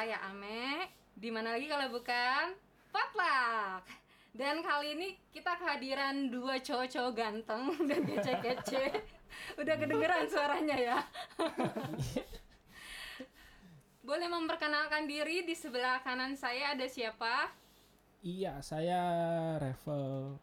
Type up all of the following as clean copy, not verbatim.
saya Ame. Di mana lagi kalau bukan Potluck. Dan kali ini kita kehadiran dua cowok-cowok ganteng dan kece-kece. Udah kedengeran suaranya ya. Boleh memperkenalkan diri, di sebelah kanan saya ada siapa? Iya, saya Revel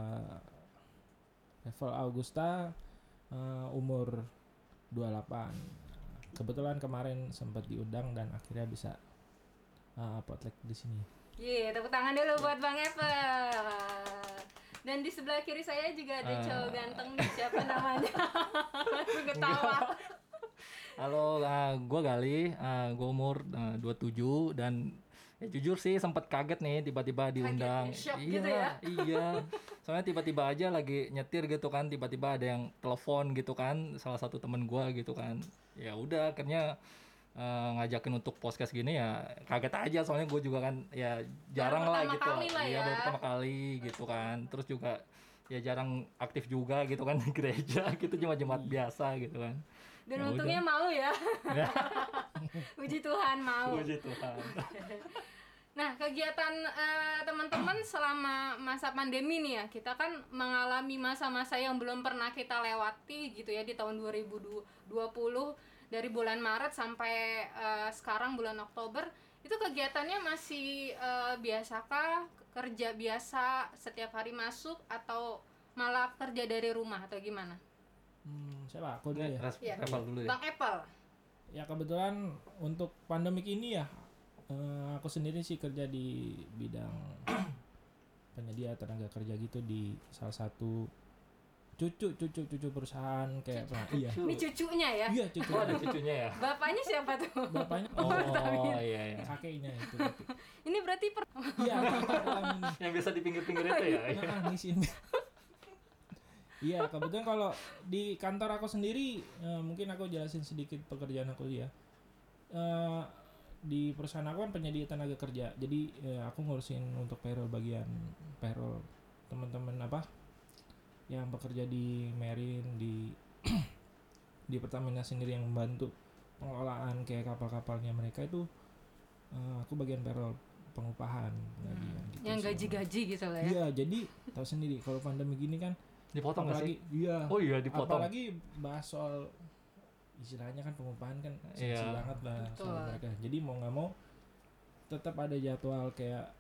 Augusta, umur 28. Kebetulan kemarin sempat diundang dan akhirnya bisa potluck di sini. Tepuk tangan dulu buat Bang Apple. Dan di sebelah kiri saya juga ada cowok ganteng nih, siapa namanya? Langsung ketawa. Halo, gue Gali, gue umur 27 dan ya jujur sih sempat kaget nih tiba-tiba diundang. Kaget, shock Iya, gitu ya? iya. Soalnya tiba-tiba aja lagi nyetir gitu kan, tiba-tiba ada yang telepon gitu kan, salah satu temen gue gitu kan. Ya udah, akhirnya ngajakin untuk podcast gini ya kaget aja, soalnya gue juga kan ya jarang lah pertama gitu. kali lah Iya, ya. baru pertama kali gitu kan. Terus juga ya jarang aktif juga gitu kan di gereja gitu, cuma jemaat biasa gitu kan. Dan Ya untungnya udah. mau ya. Puji Tuhan mau. Puji Tuhan. Nah, kegiatan teman-teman selama masa pandemi nih ya, kita kan mengalami masa-masa yang belum pernah kita lewati gitu ya di tahun 2020, dari bulan Maret sampai sekarang bulan Oktober. Itu kegiatannya masih biasakah, kerja biasa setiap hari masuk, atau malah kerja dari rumah atau gimana? Siapa? Aku dulu ya. Iya. Revel dulu ya. Bang Apple. Ya kebetulan untuk pandemik ini ya, aku sendiri sih kerja di bidang penyedia tenaga kerja gitu di salah satu cucu perusahaan kayak iya. Ini cucunya ya? Iya, cucu. Oh, ada cucunya ya. Bapaknya siapa tuh? Bapaknya Oh, iya iya. kakeknya itu. Berarti. Ini berarti Iya, ini. Yang biasa di pinggir-pinggir itu ya. Di sini. Iya, kebetulan kalau di kantor aku sendiri, mungkin aku jelasin sedikit pekerjaan aku ya. Di perusahaan aku kan penyedia tenaga kerja, jadi aku ngurusin untuk payroll, bagian payroll teman-teman yang bekerja di Marine, di Pertamina sendiri yang membantu pengelolaan kayak kapal-kapalnya mereka itu. Aku bagian payroll, pengupahan gajian gitu. yang gaji-gaji gitu lah ya. Iya, jadi tahu sendiri kalau pandemi gini kan Dipotong nggak sih? Iya. Oh iya, dipotong. Apalagi bahas soal istilahnya kan pengupahan kan sensitif Iya. banget lah Betul. soal mereka. Jadi mau nggak mau tetap ada jadwal kayak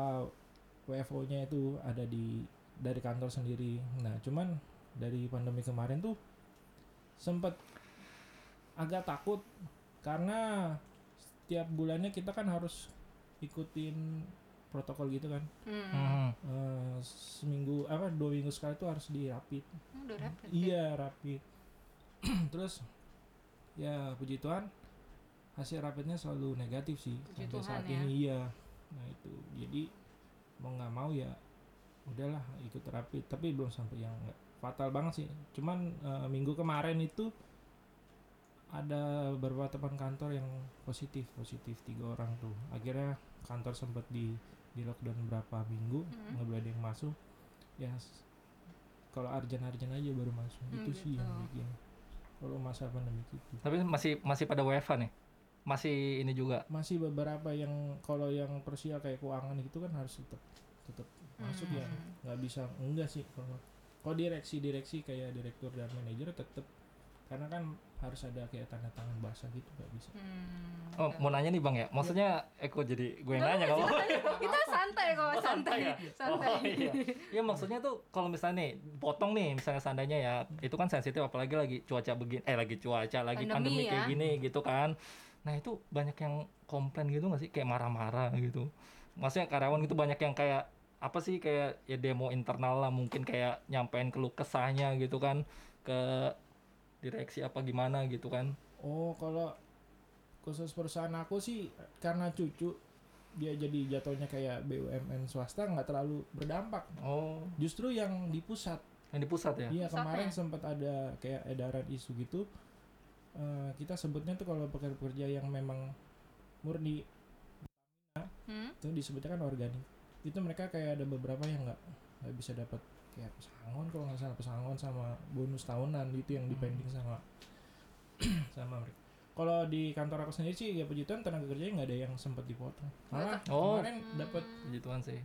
WFO-nya itu ada dari kantor sendiri. Nah, cuman dari pandemi kemarin tuh sempet agak takut karena setiap bulannya kita kan harus ikutin protokol gitu kan. Seminggu 2 minggu sekali tuh harus dirapid. Udah rapid. Iya, rapid. Terus ya puji Tuhan hasil rapidnya selalu negatif sih Puji sampai Tuhan saat ya. ini. Iya. Nah itu jadi mau nggak mau ya udahlah ikut rapid, tapi belum sampai yang fatal banget sih. Cuman minggu kemarin itu ada beberapa teman kantor yang positif 3 orang tuh. Akhirnya kantor sempat di lockdown berapa minggu, nggak boleh ada yang masuk. Ya kalau arjen aja baru masuk. Itu sih gitu. yang bikin kalau masa pandemi itu. Tapi masih pada WFH nih. Masih ini juga. Masih beberapa yang kalau yang krusial kayak keuangan gitu kan harus tetap masuk ya. Nggak bisa enggak sih kalau direksi kayak direktur dan manajer tetap, karena kan harus ada kayak tanda tangan basah gitu, nggak bisa. Oh, mau nanya nih Bang ya. Maksudnya Eko jadi gue yang nanya kalau. Kita santai kok, Oh, santai. ya? Santai. Oh, iya. Ya maksudnya tuh kalau misalnya nih potong nih misalnya seandainya ya, itu kan sensitif apalagi lagi cuaca begini, lagi pandemi ya. kayak gini gitu kan. Nah, itu banyak yang komplain gitu nggak sih, kayak marah-marah gitu. Maksudnya karyawan gitu banyak yang kayak apa sih, kayak ya demo internal lah, mungkin kayak nyampein keluh kesahnya gitu kan ke direksi apa gimana gitu kan. Oh, kalau khusus perusahaan aku sih karena cucu dia jadi jatuhnya kayak BUMN swasta, nggak terlalu berdampak. Oh, Justru yang di pusat. yang di pusat ya? Iya, Pusatnya. kemarin sempat ada kayak edaran isu gitu. Kita sebutnya tuh kalau pekerja yang memang murni itu disebutnya kan organik. Itu mereka kayak ada beberapa yang nggak bisa dapat kayak pesangon, kalau nggak salah pesangon sama bonus tahunan itu yang dipending sama mereka. Kalau di kantor aku sendiri sih ya puji Tuhan tenaga kerjanya nggak ada yang sempat dipotong. Malah Oh. kemarin dapat Puji Tuhan sih.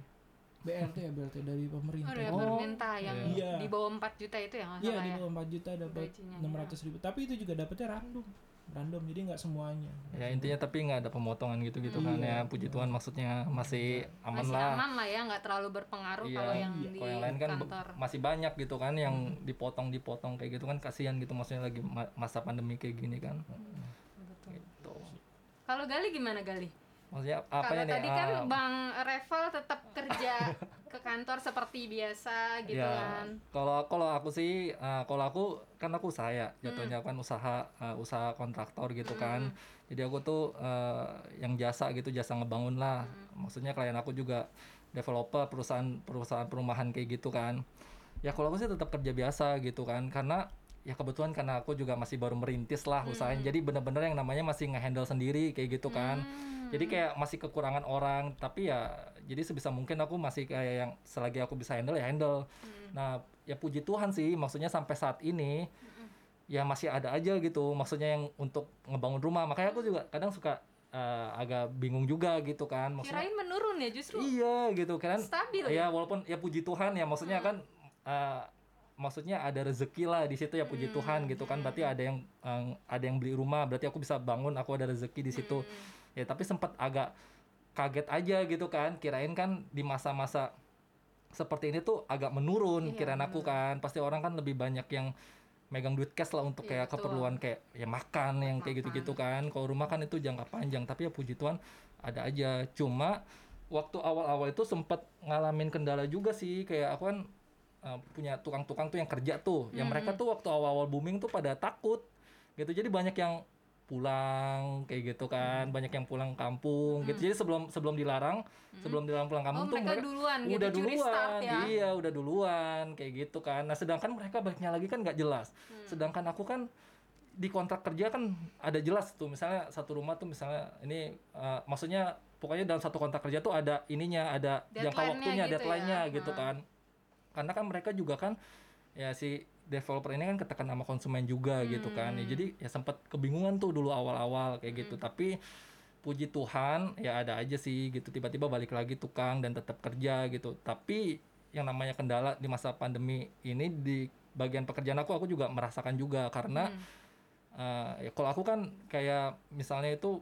BLT dari pemerintah. Dari pemerintah yang Iya. di bawah 4 juta itu ya nggak Iya salah di ya. bawah 4 juta dapat Gajinya, 600.000. Tapi itu juga dapatnya random jadi nggak semuanya. Ya intinya tapi nggak ada pemotongan gitu kan ya. Puji Tuhan maksudnya masih aman Masih lah. aman lah ya, nggak terlalu berpengaruh Iya, kalau yang di kalau yang lain kan kantor. masih banyak gitu kan yang dipotong kayak gitu kan, kasihan gitu maksudnya lagi masa pandemi kayak gini kan. Betul. Gitu. Kalau Gali gimana Gali? Maksudnya Kalau apanya nih? tadi kan Bang Reval tetap kerja ke kantor seperti biasa gitu Ya, kan. kalau aku sih, kalau aku kan aku usaha ya, jatuhnya kan usaha kontraktor gitu kan. Jadi aku tuh yang jasa gitu, jasa ngebangun lah. Maksudnya klien aku juga developer perusahaan perumahan kayak gitu kan. Ya kalau aku sih tetap kerja biasa gitu kan, karena ya kebetulan karena aku juga masih baru merintis lah usahanya. Jadi bener-bener yang namanya masih ngehandle sendiri kayak gitu kan. Jadi kayak masih kekurangan orang, tapi ya jadi sebisa mungkin aku masih kayak yang selagi aku bisa handle ya handle. Nah, ya puji Tuhan sih, maksudnya sampai saat ini ya masih ada aja gitu, maksudnya yang untuk ngebangun rumah. Makanya aku juga kadang suka agak bingung juga gitu kan, maksudnya. Kirain menurun ya justru. Iya gitu kan. Stabil ya. Walaupun ya puji Tuhan ya, maksudnya kan maksudnya ada rezeki lah di situ ya, puji Tuhan gitu kan. Berarti ada yang beli rumah, berarti aku bisa bangun, aku ada rezeki di situ. Ya tapi sempat agak kaget aja gitu kan, kirain kan di masa-masa seperti ini tuh agak menurun, kirain aku kan. Pasti orang kan lebih banyak yang megang duit cash lah untuk kayak keperluan kayak ya makan yang kayak gitu-gitu kan. Kalau rumah kan itu jangka panjang, tapi ya puji Tuhan ada aja. Cuma waktu awal-awal itu sempat ngalamin kendala juga sih, kayak aku kan punya tukang-tukang tuh yang kerja tuh, yang mereka tuh waktu awal-awal booming tuh pada takut gitu. Jadi banyak yang pulang kayak gitu kan, banyak yang pulang kampung gitu. Jadi sebelum dilarang pulang kampung tuh mereka duluan gitu, udah curi duluan, start ya. iya udah duluan kayak gitu kan. Nah sedangkan mereka baliknya lagi kan nggak jelas. Sedangkan aku kan di kontrak kerja kan ada jelas tuh, misalnya satu rumah tuh misalnya ini maksudnya pokoknya dalam satu kontrak kerja tuh ada ininya, ada jangka waktunya, gitu deadline-nya ya. gitu kan. Karena kan mereka juga kan ya si developer ini kan ketekan sama konsumen juga gitu kan. Ya, jadi ya sempat kebingungan tuh dulu awal-awal kayak gitu. Tapi puji Tuhan ya ada aja sih gitu, tiba-tiba balik lagi tukang dan tetap kerja gitu. Tapi yang namanya kendala di masa pandemi ini di bagian pekerjaan aku juga merasakan juga, karena ya kalau aku kan kayak misalnya itu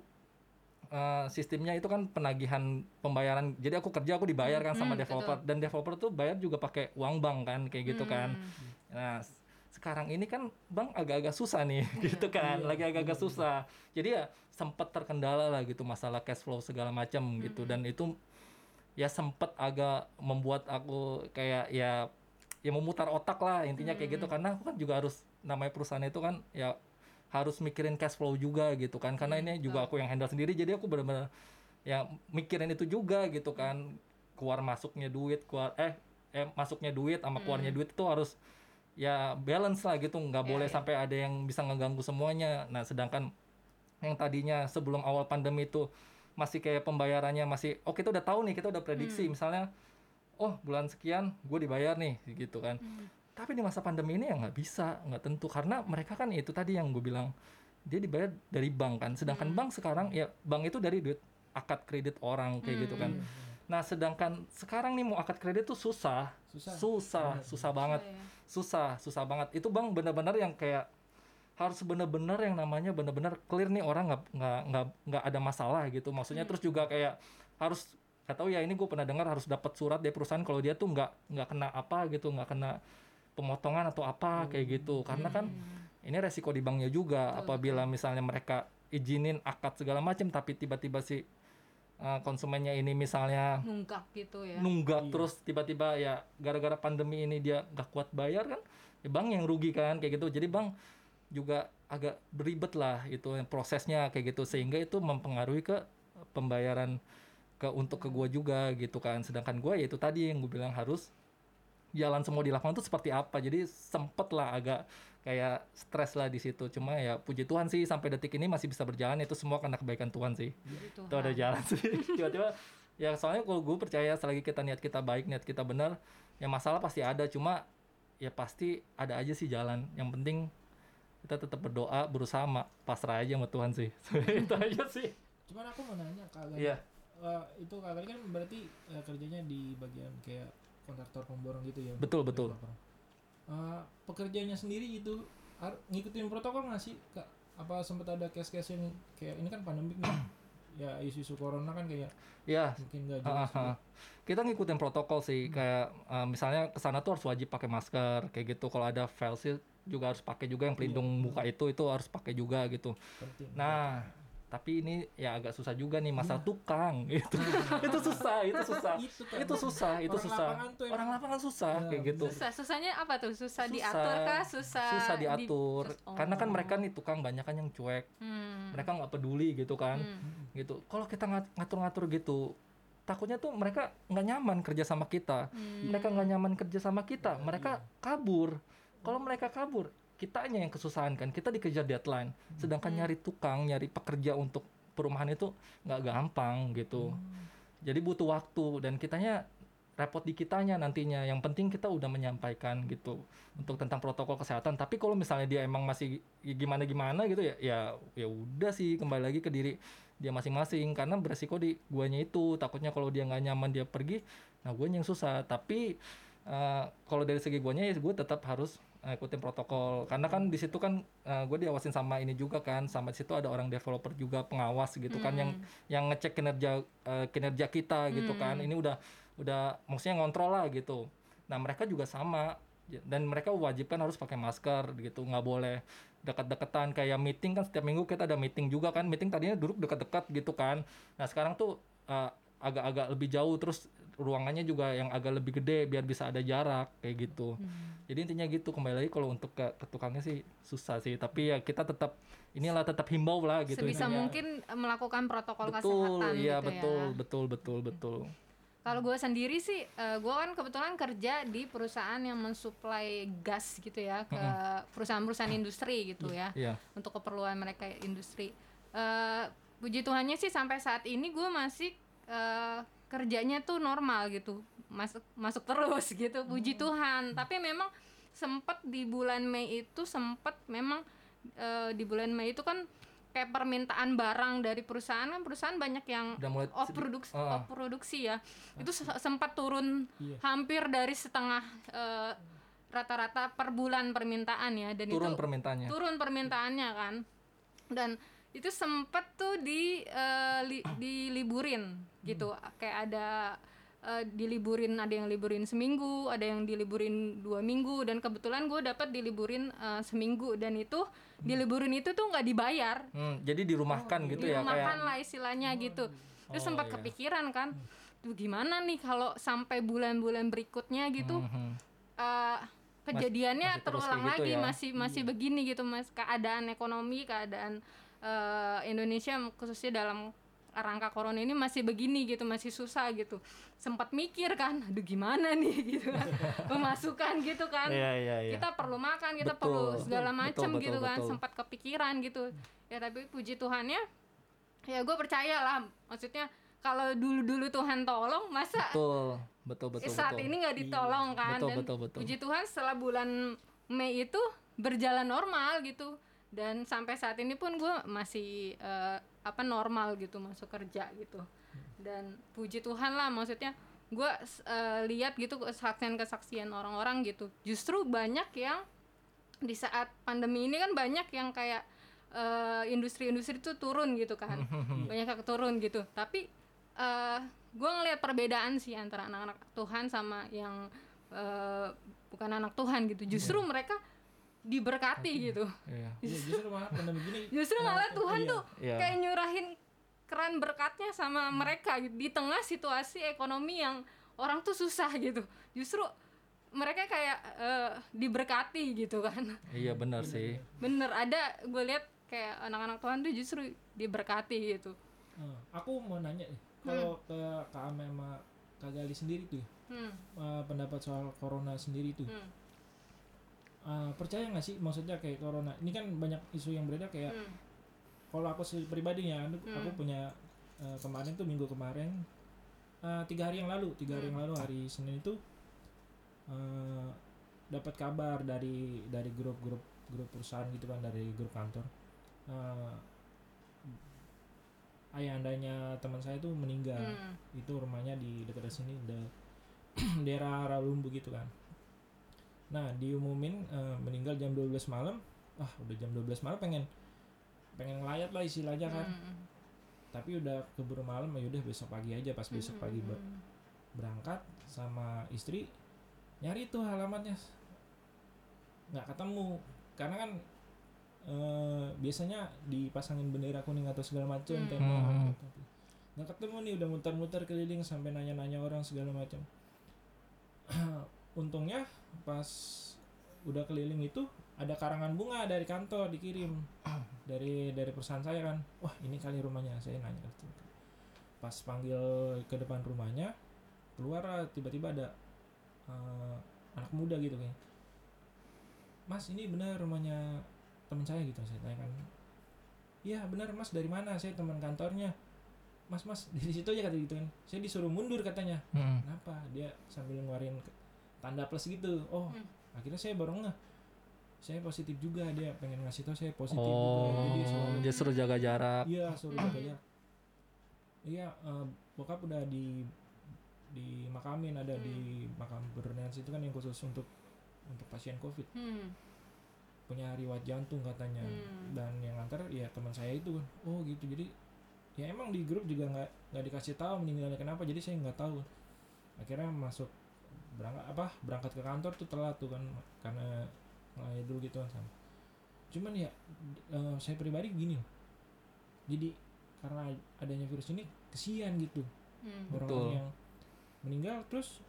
sistemnya itu kan penagihan pembayaran. Jadi aku kerja, aku dibayar kan sama developer, dan developer tuh bayar juga pakai uang bank kan kayak gitu kan. Nah sekarang ini kan bank agak-agak susah nih gitu kan, lagi agak-agak susah. Jadi ya sempat terkendala lah gitu masalah cash flow segala macam gitu, dan itu ya sempat agak membuat aku kayak ya memutar otak lah intinya kayak gitu, karena aku kan juga harus, namanya perusahaan itu kan ya harus mikirin cash flow juga gitu kan, karena ini juga aku yang handle sendiri. Jadi aku benar-benar ya mikirin itu juga gitu kan, masuknya duit masuknya duit sama keluarnya duit itu harus ya balance lah gitu, nggak boleh sampai ada yang bisa ngeganggu semuanya. Nah sedangkan yang tadinya sebelum awal pandemi itu masih kayak pembayarannya masih kita udah tahu nih, kita udah prediksi misalnya bulan sekian gue dibayar nih gitu kan. Tapi di masa pandemi ini ya nggak bisa, nggak tentu, karena mereka kan itu tadi yang gue bilang, dia dibayar dari bank kan. Sedangkan bank sekarang ya, bank itu dari duit akad kredit orang kayak gitu kan. Nah sedangkan sekarang nih mau akad kredit tuh susah banget, susah banget. Itu bank benar-benar yang kayak harus benar-benar yang namanya benar-benar clear nih, orang nggak ada masalah gitu. Maksudnya terus juga kayak harus, nggak tahu ya, ini gue pernah dengar harus dapat surat dari perusahaan kalau dia tuh nggak kena apa gitu, nggak kena pemotongan atau apa kayak gitu. Karena kan ini resiko di banknya juga, apabila misalnya mereka izinin akad segala macam tapi tiba-tiba si konsumennya ini misalnya nunggak gitu ya, terus tiba-tiba ya gara-gara pandemi ini dia nggak kuat bayar kan, ya bank yang rugi kan kayak gitu. Jadi bank juga agak beribet lah itu prosesnya kayak gitu, sehingga itu mempengaruhi ke pembayaran untuk ke gue juga gitu kan. Sedangkan gue ya itu tadi yang gue bilang harus jalan semua di lapangan itu seperti apa. Jadi sempet lah agak kayak stres lah di situ. Cuma ya puji Tuhan sih sampai detik ini masih bisa berjalan, itu semua karena kebaikan Tuhan sih. Itu ada jalan sih. Tiba-tiba ya soalnya kalau gue percaya selagi kita niat kita baik, niat kita benar, ya masalah pasti ada. Cuma ya pasti ada aja sih jalan. Yang penting kita tetap berdoa, berusaha pasrah aja sama Tuhan sih. Itu aja sih. Cuman aku mau nanya Kak Gali. Iya. Itu Kak Gali kan berarti kerjanya di bagian kayak kontraktor pemborong gitu ya. Betul, betul. Pekerjaannya sendiri itu ngikutin protokol nggak sih Kak? Apa sempat ada case-case yang kayak ini kan pandemik nih? Ya isu-isu corona kan kayak Ya, mungkin nggak jelas gitu. kita ngikutin protokol sih, kayak misalnya kesana tuh harus wajib pakai masker kayak gitu. Kalau ada face shield juga harus pakai juga, yang pelindung muka itu harus pakai juga gitu. Penting. Nah, tapi ini ya agak susah juga nih, masalah tukang itu. Itu susah. Orang lapangan tuh Orang lapangan susah kayak gitu. Susahnya apa tuh? Susah diatur kah? Susah diatur. Karena kan mereka nih tukang banyak kan yang cuek. Mereka nggak peduli gitu kan. Gitu. Kalau kita ngatur-ngatur gitu, takutnya tuh mereka nggak nyaman kerja sama kita. Mereka nggak nyaman kerja sama kita, mereka kabur. Kalau mereka kabur, kitanya yang kesusahan kan, kita dikejar deadline. Sedangkan nyari tukang, nyari pekerja untuk perumahan itu nggak gampang gitu. Jadi butuh waktu, dan kitanya repot di kitanya nantinya. Yang penting kita udah menyampaikan gitu untuk tentang protokol kesehatan. Tapi kalau misalnya dia emang masih gimana gitu ya udah sih, kembali lagi ke diri dia masing-masing, karena beresiko di guanya itu. Takutnya kalau dia nggak nyaman dia pergi, nah guanya yang susah. Tapi kalau dari segi guanya ya gue tetap harus ikutin protokol, karena kan di situ kan gue diawasin sama ini juga kan, sama di situ ada orang developer juga, pengawas gitu kan, yang ngecek kinerja kita gitu kan. Ini udah maksudnya ngontrol lah gitu. Nah mereka juga sama, dan mereka wajib kan harus pakai masker gitu, nggak boleh dekat-dekatan. Kayak meeting kan setiap minggu kita ada meeting juga kan, meeting tadinya duduk dekat-dekat gitu kan, nah sekarang tuh agak-agak lebih jauh, terus ruangannya juga yang agak lebih gede biar bisa ada jarak kayak gitu. Jadi intinya gitu, kembali lagi kalau untuk ke tukangnya sih susah sih, tapi ya kita tetap himbau lah gitu. Sebisa intinya. mungkin melakukan protokol Betul, kesehatan iya, gitu betul. Kalau gue sendiri sih, gue kan kebetulan kerja di perusahaan yang mensuplai gas gitu ya ke perusahaan-perusahaan industri gitu ya, untuk keperluan mereka industri. Puji Tuhannya sih sampai saat ini gue masih kerjanya tuh normal gitu, masuk terus gitu, puji Tuhan. Tapi memang sempat di bulan Mei itu memang di bulan Mei itu kan kayak permintaan barang dari perusahaan banyak yang off produksi ya. Itu sempat turun hampir dari setengah rata-rata per bulan permintaan ya, dan turun permintaannya kan. Dan itu sempat tuh diliburin gitu, kayak ada diliburin, ada yang liburin seminggu, ada yang diliburin 2 minggu, dan kebetulan gue dapat diliburin seminggu, dan itu diliburin itu tuh nggak dibayar. Jadi dirumahkan gitu ya, dirumahkan lah istilahnya gitu. Terus sempat kepikiran kan, tuh gimana nih kalau sampai bulan-bulan berikutnya gitu kejadiannya terulang gitu lagi, ya? masih begini gitu Mas, keadaan ekonomi, keadaan Indonesia khususnya dalam rangka corona ini masih begini gitu, masih susah gitu. Sempat mikir kan, aduh gimana nih gitu kan, pemasukan gitu kan. Kita perlu makan, kita perlu segala macam gitu kan. Sempat kepikiran gitu ya, tapi puji Tuhannya ya gue percaya lah, maksudnya kalau dulu Tuhan tolong, masa betul saat ini nggak ditolong kan. Betul. Puji Tuhan setelah bulan Mei itu berjalan normal gitu, dan sampai saat ini pun gue masih normal gitu, masuk kerja gitu. Dan puji Tuhan lah, maksudnya gue lihat gitu kesaksian orang-orang gitu, justru banyak yang di saat pandemi ini kan banyak yang kayak industri-industri itu turun gitu kan, banyak yang turun gitu. Tapi gue ngelihat perbedaan sih antara anak-anak Tuhan sama yang bukan anak Tuhan gitu. Justru mereka diberkati gitu. Justru malah Tuhan tuh kayak nyurahin keran berkatnya sama mereka gitu, di tengah situasi ekonomi yang orang tuh susah gitu. Justru mereka kayak diberkati gitu kan. Iya benar sih. Bener, ada gue lihat kayak anak-anak Tuhan tuh justru diberkati gitu. Aku mau nanya nih, kalau ke Kak Ame sama Kak Gali sendiri tuh, pendapat soal corona sendiri tuh. Percaya nggak sih, maksudnya kayak corona ini kan banyak isu yang beredar kayak kalau aku pribadi ya, aku punya kemarin tuh minggu kemarin 3 hari yang lalu hari Senin itu dapat kabar dari grup-grup grup perusahaan gitu kan, dari grup kantor. Eh, ayandanya teman saya tuh meninggal. Itu rumahnya di dekat sini, daerah Rawalumbu gitu kan. Nah diumumin meninggal jam 12 malam. Udah jam 12 malam pengen ngelayat lah istilahnya kan. Tapi udah keburu malam, ya udah besok pagi aja. Pas besok pagi berangkat sama istri nyari tuh alamatnya, nggak ketemu. Karena kan biasanya dipasangin bendera kuning atau segala macam tembok, tapi nggak ketemu nih. Udah muter-muter keliling sampai nanya-nanya orang segala macam. Untungnya pas udah keliling itu ada karangan bunga dari kantor dikirim dari perusahaan saya kan. Wah ini kali rumahnya, saya nanya. Pas panggil ke depan rumahnya, keluar tiba-tiba ada anak muda gitu kayak, Mas ini benar rumahnya teman saya gitu. Saya tanya kan, iya benar Mas, dari mana? Saya teman kantornya. Mas di situ aja kata gitu kan. Saya disuruh mundur katanya. Kenapa? Dia sambil ngeluarin tanda plus gitu. Akhirnya saya baru ngeh, saya positif juga. Dia pengen ngasih tahu saya positif juga. Jadi dia suruh jaga jarak. Iya, suruh jaga jarak. Iya, bokap udah dimakamin, ada di makam Bernans itu kan yang khusus untuk pasien COVID. Punya riwayat jantung katanya. Dan yang nganter ya teman saya itu kan. Oh gitu. Jadi ya emang di grup juga nggak dikasih tahu meninggalnya kenapa, jadi saya nggak tahu. Akhirnya berangkat ke kantor tuh telat tuh kan, karena ngelayat dulu gitu kan. Cuman ya saya pribadi gini, jadi karena adanya virus ini kesian gitu. Orang-orang yang meninggal terus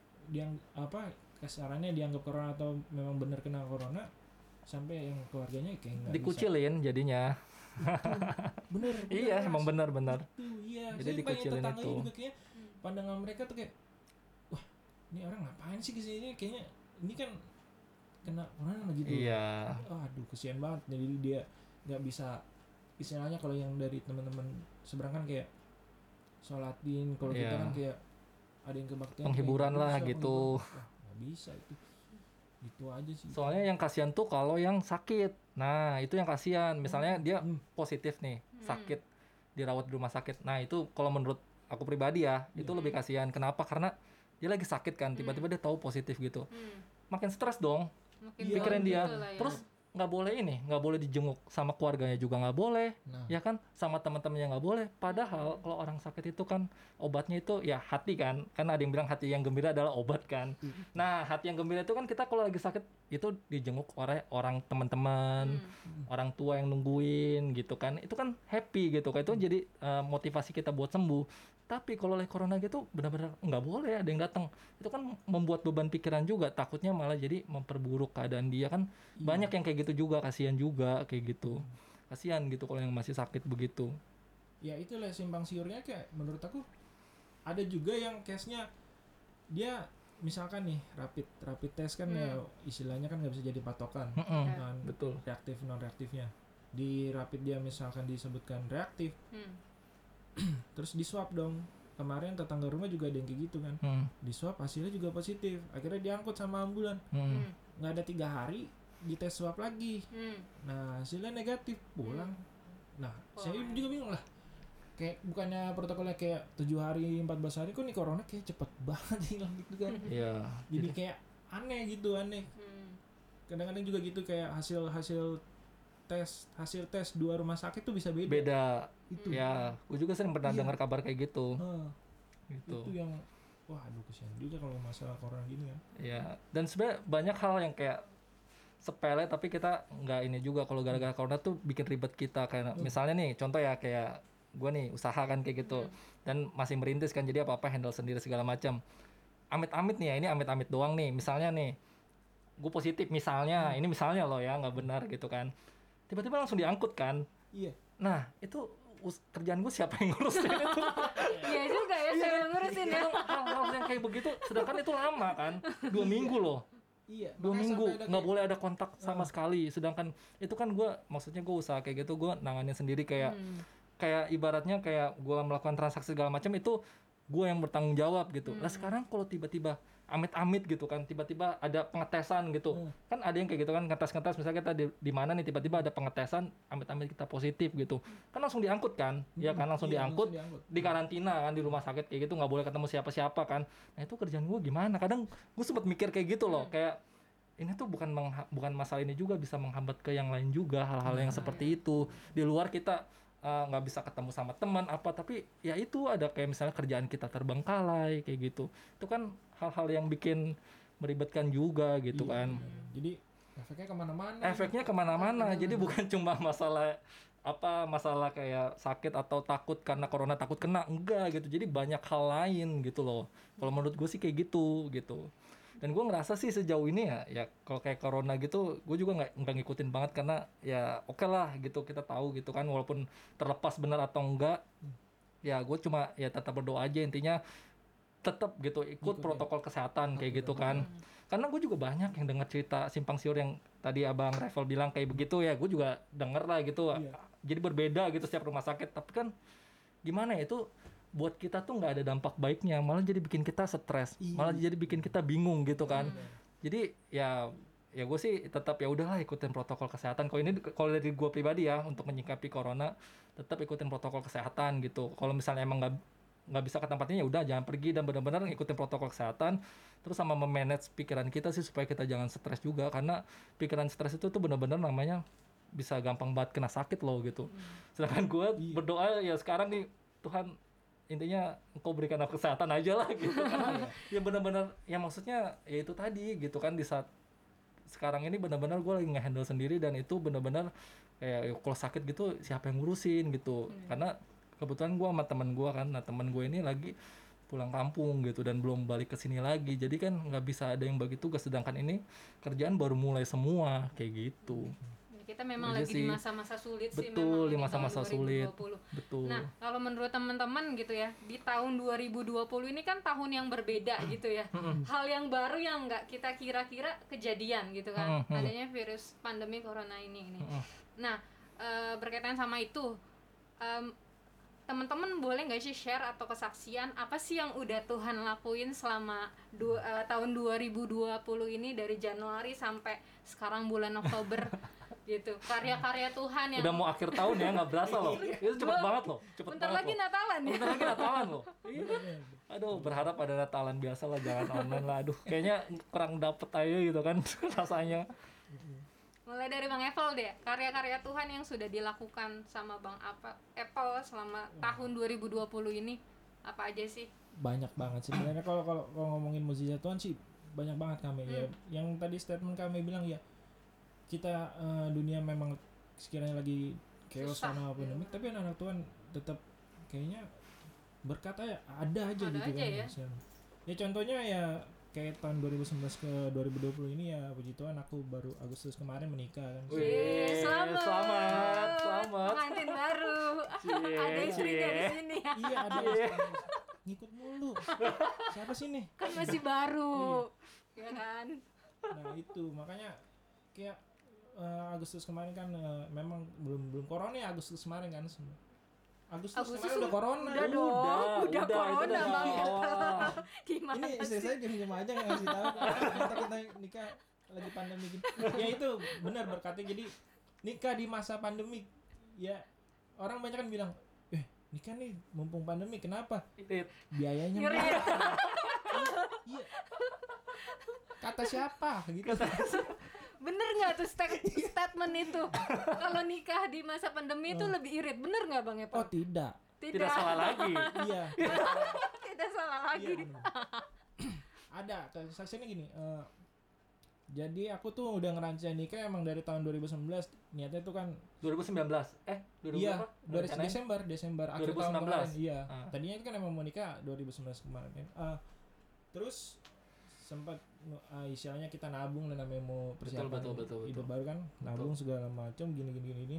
kasarannya dianggap corona atau memang benar kena corona, sampai yang keluarganya kayak nggak dikucilin bisa. Jadinya bener iya Mas. emang benar Itu iya. jadi Saya dikucilin tetangganya itu juga kayak pandangan mereka tuh kayak, wah ini orang ngapain sih kesini, kayaknya ini kan kena corona gitu. Iya. Aduh kesian banget. Jadi dia nggak bisa, istilahnya kalau yang dari teman-teman seberang kan kayak sholatin, kalau kita kan kayak ada yang kebaktian penghiburan kayak lah gitu. Nggak bisa itu aja sih. Soalnya yang kasihan tuh kalau yang sakit. Nah itu yang kasihan. Misalnya dia positif nih, sakit, dirawat di rumah sakit. Nah itu kalau menurut aku pribadi ya, itu lebih kasihan. Kenapa? Karena dia lagi sakit kan, tiba-tiba dia tahu positif gitu. Makin stres dong. Pikirin dia. Terus nggak boleh dijenguk sama keluarganya juga nggak boleh, ya kan, sama teman-temannya nggak boleh. Padahal kalau orang sakit itu kan obatnya itu ya hati kan ada yang bilang hati yang gembira adalah obat kan. Nah hati yang gembira itu kan kita kalau lagi sakit itu dijenguk oleh orang teman-teman, orang tua yang nungguin gitu kan, itu kan happy gitu kan, itu jadi motivasi kita buat sembuh. Tapi kalau oleh corona gitu benar-benar nggak boleh ada yang datang. Itu kan membuat beban pikiran juga, takutnya malah jadi memperburuk keadaan dia kan. Banyak yang kayak gitu juga, kasihan juga kayak gitu. Kasihan gitu kalau yang masih sakit begitu. Ya itulah simpang siurnya. Kayak menurut aku ada juga yang case-nya dia misalkan nih rapid test kan ya istilahnya kan nggak bisa jadi patokan. Betul. Reaktif non reaktifnya. Di rapid dia misalkan disebutkan reaktif. Terus di swab dong. Kemarin tetangga rumah juga ada yang kayak gitu kan. Di swab hasilnya juga positif. Akhirnya diangkut sama ambulan. Nggak ada 3 hari dites swab lagi. Nah hasilnya negatif, pulang. Nah saya juga bingung lah. Kayak bukannya protokolnya kayak 7 hari 14 hari, kok nih corona kayak cepet banget hilang gitu kan. Iya. Jadi kayak aneh. Kadang-kadang juga gitu, kayak hasil tes 2 rumah sakit tuh bisa beda. Itu. Ya, gue juga sering pernah dengar kabar kayak gitu. Gitu. Itu yang aduh kesian juga kalau masalah corona gini kan. Ya, dan sebenarnya banyak hal yang kayak sepele tapi kita nggak ini juga, kalau gara-gara corona tuh bikin ribet kita. Kayak misalnya nih contoh ya, kayak gue nih usaha kan kayak gitu, dan masih merintis kan, jadi apa-apa handle sendiri segala macam. Amit-amit nih ya, ini amit-amit doang nih, misalnya nih gue positif misalnya, ini misalnya loh ya, nggak benar gitu kan, tiba-tiba langsung diangkut kan. Iya. Nah itu kerjaan gue siapa yang ngurusin itu? Iya juga ya, saya yang ngurusin ya. Hal-hal yang kayak begitu, sedangkan itu lama kan, 2 minggu loh. Iya. 2 minggu nggak boleh ada kontak sama sekali. Sedangkan itu kan maksudnya gue usaha kayak gitu, gue nanganin sendiri, kayak ibaratnya kayak gue melakukan transaksi segala macam itu gue yang bertanggung jawab gitu. Lah sekarang kalau tiba-tiba amit-amit gitu kan, tiba-tiba ada pengetesan gitu. Kan ada yang kayak gitu kan, ngetes misalnya kita di mana nih, tiba-tiba ada pengetesan, amit-amit kita positif gitu. Kan langsung diangkut kan, ya kan langsung Iya, diangkut, langsung diangkut. di karantina kan di rumah sakit kayak gitu, nggak boleh ketemu siapa-siapa kan. Nah itu kerjaan gue gimana? Kadang gue sempat mikir kayak gitu loh, kayak ini tuh bukan masalah ini juga bisa menghambat ke yang lain juga, hal-hal yang seperti itu. Di luar kita nggak bisa ketemu sama teman apa, tapi ya itu ada kayak misalnya kerjaan kita terbengkalai kayak gitu. Itu kan hal-hal yang bikin meribetkan juga gitu Iya, kan. benar. Jadi efeknya kemana-mana. Efeknya kemana-mana. Jadi bukan cuma masalah kayak sakit atau takut karena corona takut kena, enggak gitu. Jadi banyak hal lain gitu loh. Kalau menurut gue sih kayak gitu. Dan gue ngerasa sih sejauh ini ya kalau kayak corona gitu, gue juga nggak ngikutin banget karena ya oke lah gitu, kita tahu gitu kan, walaupun terlepas benar atau enggak, ya gue cuma ya tetap berdoa aja, intinya tetap gitu ikut protokol kesehatan kayak gitu kan. Karena gue juga banyak yang dengar cerita simpang siur yang tadi Abang Revel bilang kayak begitu, ya gue juga denger lah gitu. Jadi berbeda gitu setiap rumah sakit, tapi kan gimana ya, itu buat kita tuh nggak ada dampak baiknya, malah jadi bikin kita stres, malah jadi bikin kita bingung gitu kan. Jadi ya gue sih tetap ya udahlah ikutin protokol kesehatan. Kalau dari gue pribadi ya, untuk menyikapi corona tetap ikutin protokol kesehatan gitu. Kalau misalnya emang nggak bisa ke tempatnya, ya udah jangan pergi, dan benar-benar ngikutin protokol kesehatan. Terus sama memanage pikiran kita sih supaya kita jangan stres juga, karena pikiran stres itu tuh benar-benar namanya bisa gampang banget kena sakit loh gitu. Sedangkan gue berdoa ya sekarang nih, Tuhan intinya Engkau berikan aku kesehatan aja lah gitu. Karena ya benar-benar ya maksudnya ya itu tadi gitu kan, di saat sekarang ini benar-benar gue lagi nge-handle sendiri, dan itu benar-benar kayak kalau sakit gitu siapa yang ngurusin gitu. Karena kebetulan gue sama teman gue kan, nah teman gue ini lagi pulang kampung gitu dan belum balik ke sini lagi, jadi kan nggak bisa ada yang bagi tugas, sedangkan ini kerjaan baru mulai semua kayak gitu. Kita memang Aja lagi sih. di masa-masa sulit sih, Betul, memang di ini masa-masa tahun sulit. 2020. Betul. Nah, kalau menurut teman-teman gitu ya, di tahun 2020 ini kan tahun yang berbeda gitu ya. Hal yang baru yang nggak kita kira-kira kejadian gitu kan. Adanya virus pandemi corona ini. Nah, berkaitan sama itu, teman-teman boleh nggak sih share atau kesaksian apa sih yang udah Tuhan lakuin selama tahun 2020 ini, dari Januari sampai sekarang bulan Oktober gitu, karya-karya Tuhan yang Udah mau akhir tahun ya, nggak berasa loh. Itu cepet banget loh. bentar lagi Natalan ya. Bentar lagi Natalan loh. Aduh, berharap ada Natalan biasa lah, jangan online lah. Aduh, kayaknya kurang dapet aja gitu kan rasanya. Mulai dari Bang Apple deh, karya-karya Tuhan yang sudah dilakukan sama Bang Apple selama tahun 2020 ini apa aja sih? Banyak banget sih sebenarnya. Kalau ngomongin mukjizat Tuhan sih banyak banget kami ya. Yang tadi statement kami bilang ya, kita dunia memang sekiranya lagi chaos karena pandemi, tapi anak Tuhan tetap kayaknya berkata ya ada aja gitu aja kan. Ya contohnya ya kayak tahun 2019 ke 2020 ini ya, puji Tuhan aku baru Agustus kemarin menikah kan. Wih, selamat. Pengantin baru. Ada istrinya di sini ya. Iya ada ngikut mulu. Siapa sih nih? Kan masih baru. Ya kan? Nah itu makanya kayak Agustus kemarin kan memang belum corona ya, Agustus kemarin kan. Agustus kemarin udah corona. Udah corona banget. Gimana Ini istri saya jam-jam aja ngasih tahu kita nikah lagi pandemi gini. Ya itu benar berkatnya. Jadi nikah di masa pandemi ya, orang banyak kan bilang nikah nih mumpung pandemi, kenapa? Biayanya mahal. Iya. Kata siapa gitu. Bener nggak tuh statement itu? Kalau nikah di masa pandemi itu lebih irit, bener nggak Bang Epa? Oh tidak salah lagi. Iya. Tidak salah lagi. Iya, ada kesaksiannya gini. Jadi aku tuh udah ngerancang nikah emang dari tahun 2019. Niatnya tuh kan 2019. 2000 iya, berapa? dari Desember akhir tahun 2019. kemarin. Iya. Tadinya itu kan emang mau nikah 2019 kemarin kan. Terus sempat istilahnya kita nabung lah, namanya mau persiapan betul. hidup baru kan, nabung segala macam gini.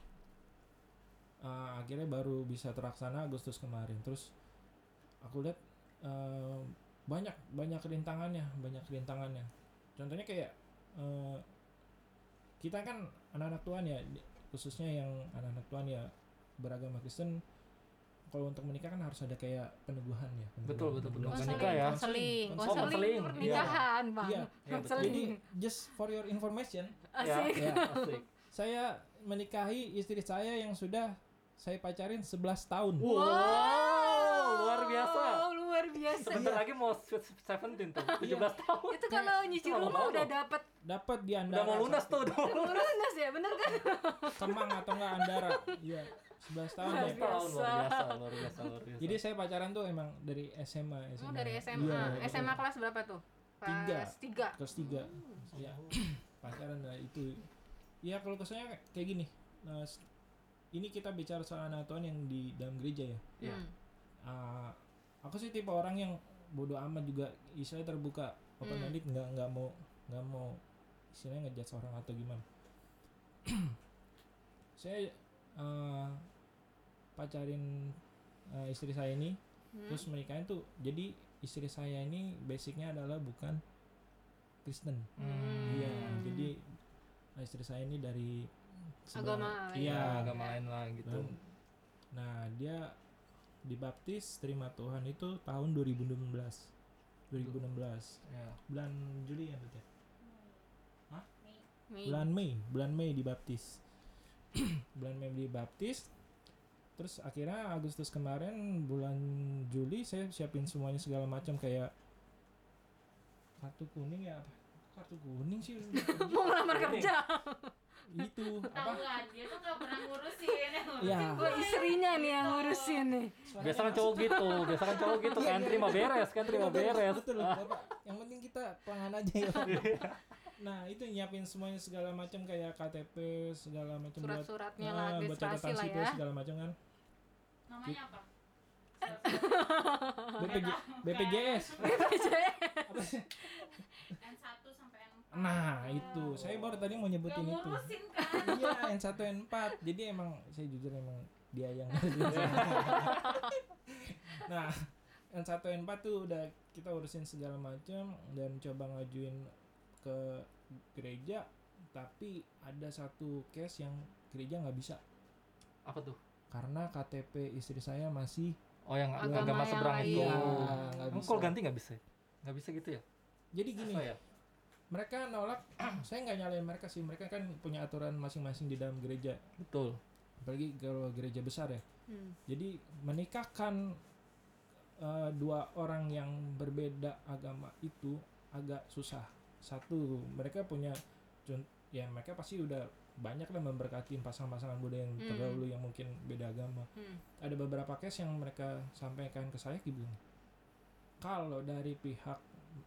Akhirnya baru bisa terlaksana Agustus kemarin. Terus aku lihat banyak rintangannya. Contohnya kayak kita kan anak-anak Tuhan ya, khususnya yang anak-anak Tuhan ya beragama Kristen, kalau untuk menikah kan harus ada kayak peneguhan ya. Betul. Belum Konseling, menikah ya. konseling Konseling. pernikahan, Bang. Iya. Iya, betul. Jadi Konseling. just for your information, Asik. Ya, asik. saya menikahi istri saya yang sudah saya pacarin 11 tahun. Wow, luar biasa. Luar biasa. Sebentar lagi mau sweet 17 tuh, 17 tahun. Itu kalau nyicil Lama rumah banget udah loh. dapat Dapat di Andara. Udah mau lunas tuh, udah mau lunas. lunas ya, bener kan? Kemang atau enggak Andara. Iya, 11 tahun ya. 11 tahun, luar biasa. Jadi saya pacaran tuh emang dari SMA. Oh, dari SMA. Iya, SMA kelas berapa tuh? Kelas 3. kelas 3. Ya. Pacaran lah itu. Ya kalau kesannya kayak gini. Nah, ini kita bicara soal anak Tuhan yang di dalam gereja ya. Iya. Aku sih tipe orang yang bodoh amat juga, istilahnya terbuka, open-minded, nggak mau istilahnya ngejudge orang atau gimana. Saya pacarin istri saya ini, terus menikahin tuh, jadi istri saya ini basicnya adalah bukan Kristen. Iya, jadi istri saya ini dari Agama lain. Iya, Agama lain lah gitu. Nah, dia dibaptis terima Tuhan itu tahun 2016. Ya. Bulan Juli ya berarti. Mei. Bulan Mei dibaptis. Bulan Mei dibaptis. Terus akhirnya Agustus kemarin bulan Juli saya siapin semuanya segala macam kayak kartu kuning ya apa? Kartu kuning sih. Mau melamar kerja. Itu Tahu apa? nggak, dia tuh nggak pernah ngurusin Ya. Gue istrinya nih yang ngurusin nih. Biasa kan cowok gitu, kan terima beres, Betul, Bapak. Yang penting kita pelanggan aja ya. Nah, itu nyiapin semuanya segala macam kayak KTP segala macam Surat-suratnya lah, buat administrasi catatan lah sipil ya. segala macam kan. namanya apa? BPJS. N1 sampai N4. Nah, itu. Saya baru tadi mau nyebutin Gak itu. ngurusin kan? Iya, N1 N4. Jadi emang saya jujur emang dia yang Nah, N1 N4 tuh udah kita urusin segala macam dan coba ngajuin ke gereja, tapi ada satu case yang gereja nggak bisa Apa tuh? karena KTP istri saya masih Oh, yang Agama agama yang seberang lain. itu. Iya, nggak Emang bisa. kalau ganti nggak bisa? Nggak bisa gitu ya? Jadi gini, Susah ya? mereka nolak. Saya nggak nyalain mereka sih, mereka kan punya aturan masing-masing di dalam gereja, Betul. apalagi kalau gereja besar ya. Hmm. Jadi menikahkan dua orang yang berbeda agama itu agak susah. Satu, mereka punya ya mereka pasti udah banyak lah memberkati pasangan-pasangan muda yang terdahulu yang mungkin beda agama. Ada beberapa case yang mereka sampaikan ke saya gitu. Kalau dari pihak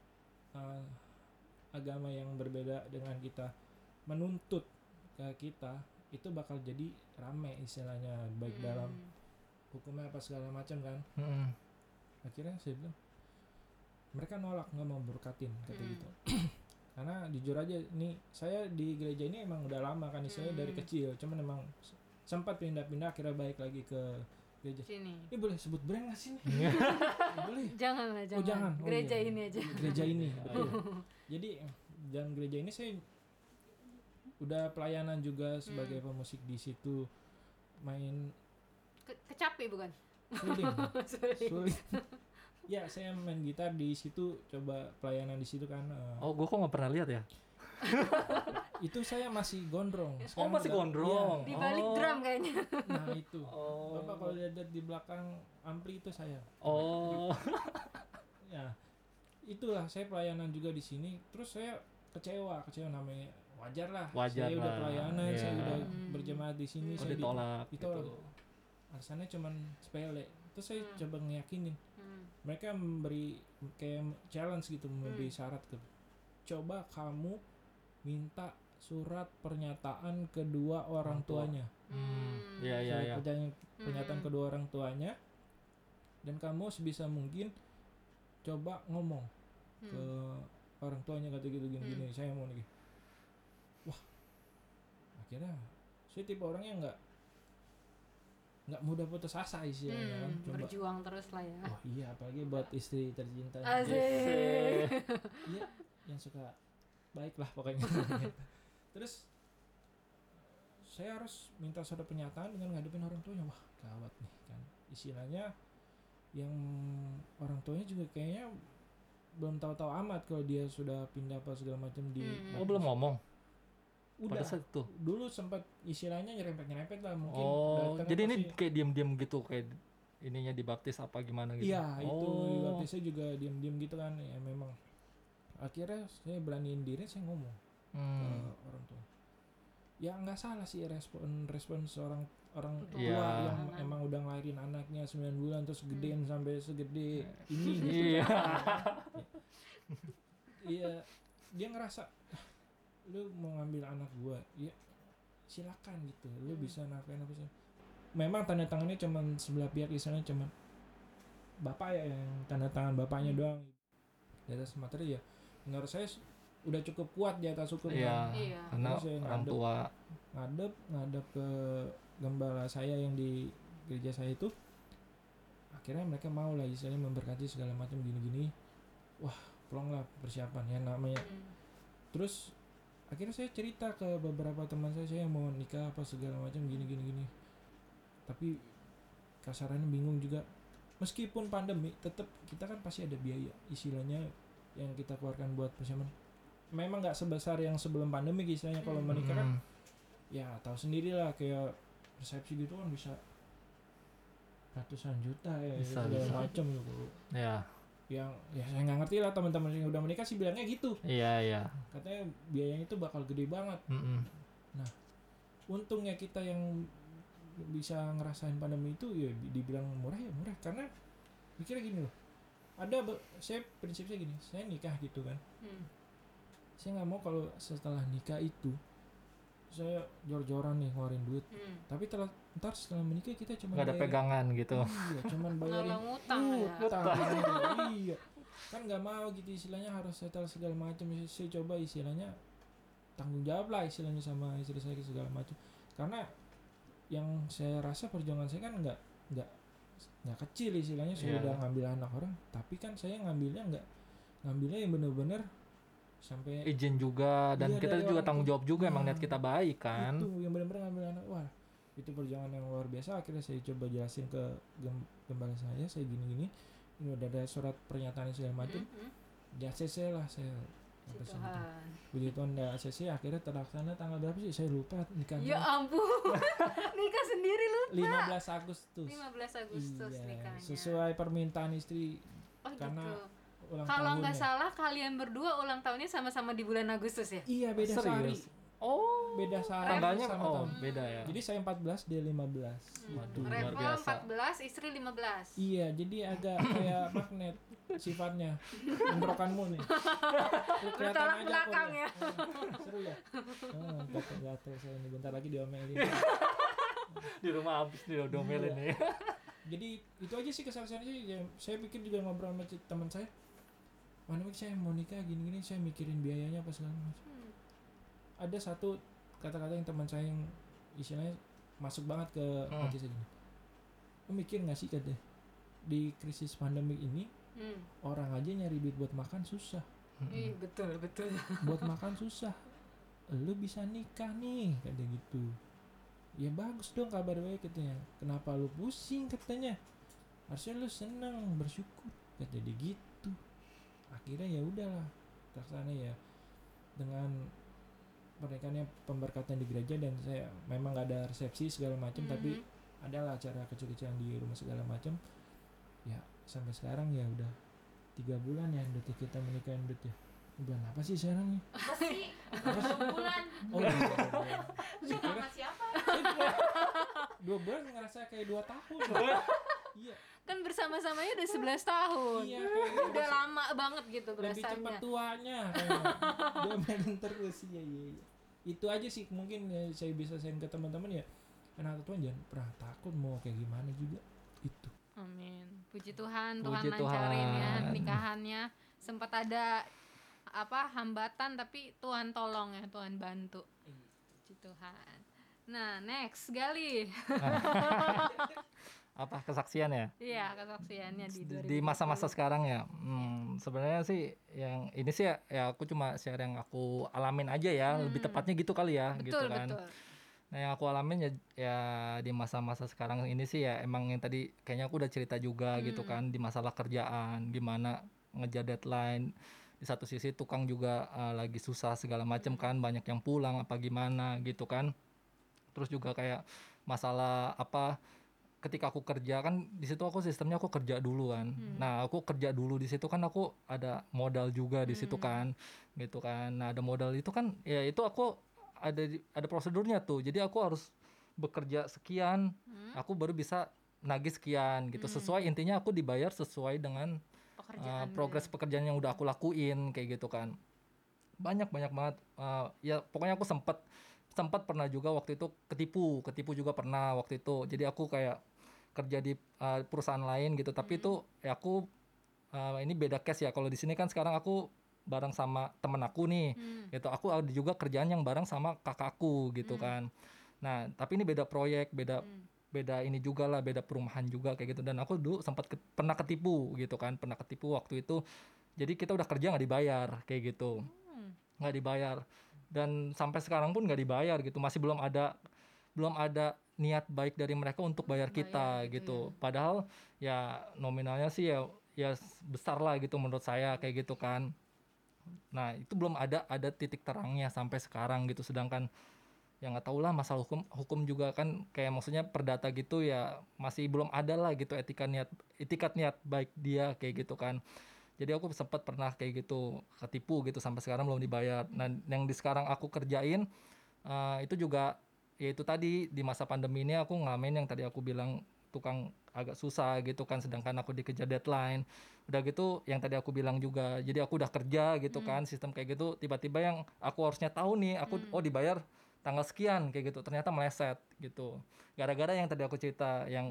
agama yang berbeda dengan kita menuntut ke kita, itu bakal jadi rame istilahnya, baik dalam hukumnya apa segala macam kan. Akhirnya saya bilang mereka nolak, nggak mau berkatin kata gitu. Karena jujur aja nih, saya di gereja ini emang udah lama kan istilahnya dari kecil, cuman emang sempat pindah-pindah akhirnya balik lagi ke gereja. Sini. Ini boleh sebut brand nggak sih nih? Boleh. Jangan lah, jangan. jangan. Oh, Gereja iya. ini aja. Gereja ini, betul. Jadi dan gereja ini saya udah pelayanan juga sebagai pemusik di situ, main Kecapi bukan? suling. Sorry. Sulit. Ya, saya main gitar di situ, coba pelayanan di situ kan. Oh, gue kok nggak pernah lihat ya? Itu saya masih gondrong. Oh, Sekarang masih udah- gondrong. Di balik drum kayaknya. Iya. Nah, itu. Oh. Bapak kalau lihat di belakang ampli itu saya. Oh. Ya. Itulah saya pelayanan juga di sini. Terus saya kecewa namanya. Wajar lah. Wajar Saya udah lah. pelayanan, Iya. saya udah berjemaat di sini, Oh, saya ditolak. ditolak. Gitu. Alasannya cuman sepele. Terus saya coba ngeyakinin. Hmm. Mereka memberi kayak challenge gitu, memberi syarat ke coba kamu minta surat pernyataan kedua orang tuanya. Iya, iya, iya. Surat pernyataan kedua orang tuanya, dan kamu sebisa mungkin coba ngomong ke orang tuanya kata gitu gini, saya mau nih. Wah, akhirnya saya tipe orang yang nggak mudah putus asa istilahnya kan. Coba, Berjuang terus lah ya. oh iya, apalagi buat istri tercinta. Asik. Iya, yang suka baik lah pokoknya. Terus saya harus minta surat pernyataan dengan ngadepin orang tuanya. Wah, gawat nih kan. istilahnya yang orang tuanya juga kayaknya belum tahu-tahu amat kalau dia sudah pindah apa segala macam di Oh, belum ngomong udah pada saat itu. dulu sempat istilahnya nyerempet lah mungkin Oh, datang jadi ini pasti- kayak diem-diem gitu, kayak ininya dibaptis apa gimana gitu. iya itu Oh. baptisnya juga diem-diem gitu kan ya memang akhirnya saya beraniin diri saya ngomong ke Hmm. orang tua ya nggak salah sih respon seorang orang tua Iya. yang emang udah ngelahirin anaknya 9 bulan terus gedein sampai segede ini gitu Iya. iya dia ngerasa "Ah, lu mau ngambil anak gua ya silakan gitu lu bisa nafkain apa sih memang tanda tangannya cuman sebelah pihak istilahnya cuman bapak ya yang tanda tangan bapaknya doang di atas materi ya menurut saya udah cukup kuat di atas hukum Iya. kan. Iya. Karena Terus saya orang tua. ngadep ke gembala saya yang di gereja saya itu akhirnya mereka mau lah istilahnya memberkati segala macam gini-gini wah plong lah persiapan ya namanya terus akhirnya saya cerita ke beberapa teman saya yang mau nikah apa segala macam gini tapi kasarannya bingung juga meskipun pandemi tetap kita kan pasti ada biaya istilahnya yang kita keluarkan buat persiapan memang nggak sebesar yang sebelum pandemi istilahnya kalau menikah kan ya tahu sendiri lah kayak resepsi gitu kan bisa ratusan juta ya Bisa, segala bisa. macam gitu Ya. yang ya saya nggak ngerti lah teman-teman yang udah menikah sih bilangnya gitu Iya. katanya biayanya itu bakal gede banget Mm-mm. untungnya kita yang bisa ngerasain pandemi itu ya dibilang murah ya murah karena mikirnya gini loh saya prinsipnya gini saya nikah gitu kan saya nggak mau kalau setelah nikah itu saya jor-joran nih ngeluarin duit tapi ntar setelah menikah kita cuma Nggak ada pegangan gitu. iya cuman bayarin Nolong utang ya. utang iya kan nggak mau gitu istilahnya harus settle segala macam saya coba istilahnya tanggung jawab lah istilahnya sama istri saya segala macam karena yang saya rasa perjuangan saya kan nggak kecil istilahnya saya Iya. udah ngambil anak orang tapi kan saya ngambilnya yang bener-bener sampai Izin juga dan Iya, kita dari juga orang tanggung tua. jawab juga emang Nah, niat kita baik kan. itu yang benar-benar ngambil anak wah itu perjuangan yang luar biasa akhirnya saya coba jelasin ke gembala saya gini-gini ini udah ada surat pernyataan segala macam di ACC lah saya sampai sana. Tuhan. Begitu ada ACC akhirnya terlaksana tanggal berapa sih saya lupa nikahnya Ya ampun. Nikah sendiri lu. 15 Agustus 15 Agustus iya, nikahnya. sesuai permintaan istri Oh karena gitu. ulang Kalau nggak tahunnya. salah kalian berdua ulang tahunnya sama-sama di bulan Agustus ya? Iya beda sehari Serius? Oh. beda sehari Tanggalnya sama tahun. beda ya. Jadi saya 14 dia 15 Waduh, luar Revo biasa. 14, istri 15. Iya, jadi agak kayak magnet sifatnya. Bentrokanmu nih. Kelihatan Bertolak aja belakang Pur, ya. Seru ya. Gatel saya ini bentar lagi diomelin. Di rumah habis diomelin nih. Jadi itu aja sih kesaksian sih. Ya, saya pikir juga ngobrol sama teman saya. Mana saya mau nikah gini-gini saya mikirin biayanya apa segala macam. Ada satu kata-kata yang teman saya yang istilahnya masuk banget ke hati saya gini. Lu mikir gak sih katanya di krisis pandemi ini orang aja nyari duit buat makan susah Ih, betul. buat makan susah lu bisa nikah nih kata gitu ya bagus dong kabar baik katanya kenapa lu pusing katanya harusnya lu senang bersyukur kata dia gitu akhirnya ya udahlah terlaksana ya dengan pernikahannya pemberkatan di gereja dan saya memang gak ada resepsi segala macam tapi adalah acara kecil-kecilan di rumah segala macam ya sampai sekarang ya udah 3 bulan ya Dut kita menikah Dut ya bulan apa sih sekarang nih Apa sih? 2 bulan. oh iya, iya. Lu sama siapa? 2 bulan ngerasa kayak 2 tahun iya Kan bersama-samanya udah 11 tahun. iya kayak Udah lama banget gitu lebih cepat berasanya. tuanya kayaknya dia main terus iya itu aja sih mungkin ya, saya bisa share ke teman-teman ya anak Tuhan jangan pernah takut mau kayak gimana juga itu Amin. Puji Tuhan, Puji Tuhan lancarin ya Tuhan. nikahannya. Sempat ada hambatan tapi Tuhan tolong ya, Tuhan bantu. Puji Tuhan. Nah, next Gali. Apa kesaksian ya? Iya, kesaksiannya di 2020. Di masa-masa sekarang ya. Sebenarnya sih yang ini sih ya aku cuma share yang aku alamin aja ya, lebih tepatnya gitu kali ya, Betul, gitu kan. betul. Nah yang aku alamin ya di masa-masa sekarang ini sih ya emang yang tadi kayaknya aku udah cerita juga gitu kan, di masalah kerjaan gimana ngejar deadline. Di satu sisi tukang juga lagi susah segala macem kan, banyak yang pulang apa gimana gitu kan. Terus juga kayak masalah apa, ketika aku kerja kan di situ aku sistemnya aku kerja dulu kan. Nah aku kerja dulu di situ kan aku ada modal juga di situ kan gitu kan. Nah ada modal itu kan ya itu aku ada prosedurnya tuh, jadi aku harus bekerja sekian, aku baru bisa nagih sekian gitu, sesuai intinya aku dibayar sesuai dengan Pekerjaan progres pekerjaan yang udah aku lakuin kayak gitu kan. Banyak banget ya pokoknya aku sempat sempat pernah juga waktu itu ketipu juga pernah waktu itu. Jadi aku kayak kerja di perusahaan lain gitu, tapi itu ya aku ini beda case ya. Kalau di sini kan sekarang aku bareng sama temen aku nih gitu, aku ada juga kerjaan yang bareng sama kakakku gitu kan. Nah tapi ini beda proyek, beda beda ini juga lah, beda perumahan juga kayak gitu. Dan aku dulu sempat pernah ketipu gitu kan, pernah ketipu waktu itu. Jadi kita udah kerja nggak dibayar kayak gitu, nggak dibayar, dan sampai sekarang pun nggak dibayar gitu, masih belum ada niat baik dari mereka untuk bayar kita Bayar gitu gitu. Padahal ya nominalnya sih ya besar lah gitu menurut saya kayak gitu kan. Nah itu belum ada titik terangnya sampai sekarang gitu. Sedangkan ya nggak tahu lah, masalah hukum juga kan kayak maksudnya perdata gitu ya, masih belum ada lah gitu etikat niat baik dia kayak gitu kan. Jadi aku sempat pernah kayak gitu ketipu gitu, sampai sekarang belum dibayar. Nah yang di sekarang aku kerjain itu juga ya itu tadi, di masa pandemi ini aku ngalamin yang tadi aku bilang, tukang agak susah gitu kan, sedangkan aku dikejar deadline. Udah gitu yang tadi aku bilang juga, jadi aku udah kerja gitu kan, sistem kayak gitu, tiba-tiba yang aku harusnya tahu nih aku dibayar tanggal sekian kayak gitu, ternyata meleset gitu, gara-gara yang tadi aku cerita yang